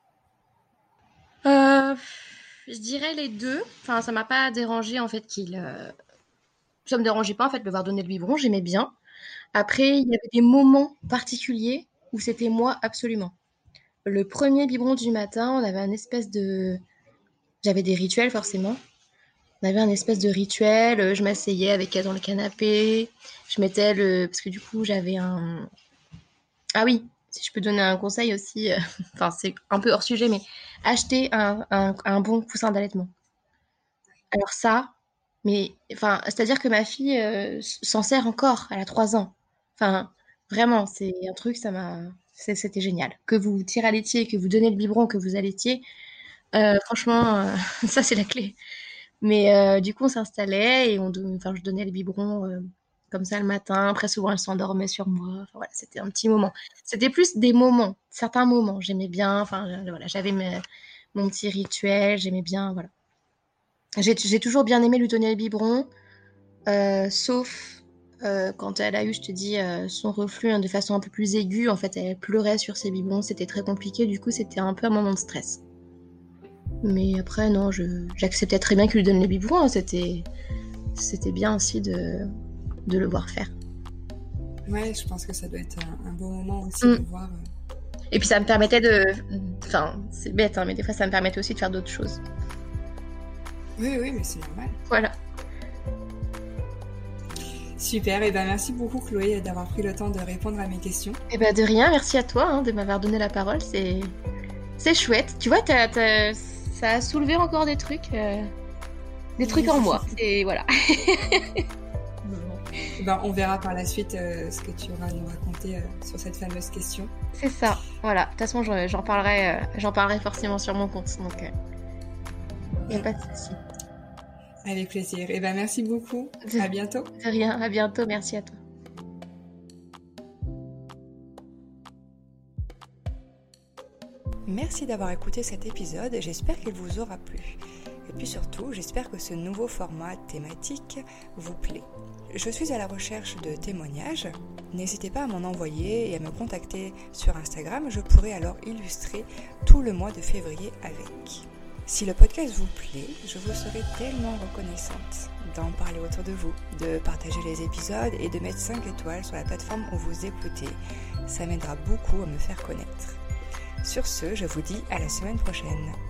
Euh, je dirais les deux. Enfin, ça m'a pas dérangé en fait qu'il. euh, Ça me dérangeait pas en fait de devoir donner le biberon, j'aimais bien. Après, il y avait des moments particuliers où c'était moi absolument. Le premier biberon du matin, on avait un espèce de. J'avais des rituels forcément. On avait un espèce de rituel. euh, Je m'asseyais avec elle dans le canapé. Je mettais le. Parce que du coup, j'avais un. Ah oui, si je peux donner un conseil aussi. euh, Enfin, c'est un peu hors sujet, mais acheter un, un, un bon coussin d'allaitement. Alors ça, mais enfin, c'est-à-dire que ma fille euh, s'en sert encore. Elle a trois ans. Enfin, vraiment, c'est un truc, ça m'a. c'est- C'était génial. Que vous tirez à laitier, que vous donnez le biberon, que vous allaitiez, euh, franchement, euh, ça c'est la clé. Mais euh, du coup, on s'installait et on, don- enfin, je donnais le biberon euh, comme ça le matin. Après, souvent, elle s'endormait sur moi. Enfin, voilà, c'était un petit moment. C'était plus des moments, certains moments. J'aimais bien. Enfin, euh, voilà, j'avais mes- mon petit rituel. J'aimais bien. Voilà. J'ai, j'ai toujours bien aimé lui donner le biberon, euh, sauf euh, quand elle a eu, je te dis, euh, son reflux hein, de façon un peu plus aiguë. En fait, elle pleurait sur ses biberons. C'était très compliqué. Du coup, c'était un peu un moment de stress. Mais après, non, je, j'acceptais très bien qu'il lui donne le biberon. hein. C'était, c'était bien aussi de, de le voir faire. Ouais, je pense que ça doit être un, un bon moment aussi Mm. de voir. euh, Et puis ça me permettait de... Enfin, c'est bête, hein, mais des fois ça me permettait aussi de faire d'autres choses. Oui, oui, mais c'est normal. Voilà. Super, et ben merci beaucoup Chloé d'avoir pris le temps de répondre à mes questions. Et ben de rien, merci à toi hein, de m'avoir donné la parole. C'est, c'est chouette. Tu vois, t'as, t'as- ça a soulevé encore des trucs, euh, des trucs en moi. Et voilà. Et ben, on verra par la suite euh, ce que tu auras à nous raconter euh, sur cette fameuse question. C'est ça. Voilà. De toute façon, j'en, j'en parlerai, euh, j'en parlerai forcément sur mon compte. Donc, il euh, n'y a pas de souci. Avec plaisir. Et ben merci beaucoup. De, à bientôt. De rien. À bientôt. Merci à toi. Merci d'avoir écouté cet épisode et j'espère qu'il vous aura plu. Et puis surtout, j'espère que ce nouveau format thématique vous plaît. Je suis à la recherche de témoignages. N'hésitez pas à m'en envoyer et à me contacter sur Instagram. Je pourrai alors illustrer tout le mois de février avec. Si le podcast vous plaît, je vous serai tellement reconnaissante d'en parler autour de vous, de partager les épisodes et de mettre cinq étoiles sur la plateforme où vous écoutez. Ça m'aidera beaucoup à me faire connaître. Sur ce, je vous dis à la semaine prochaine.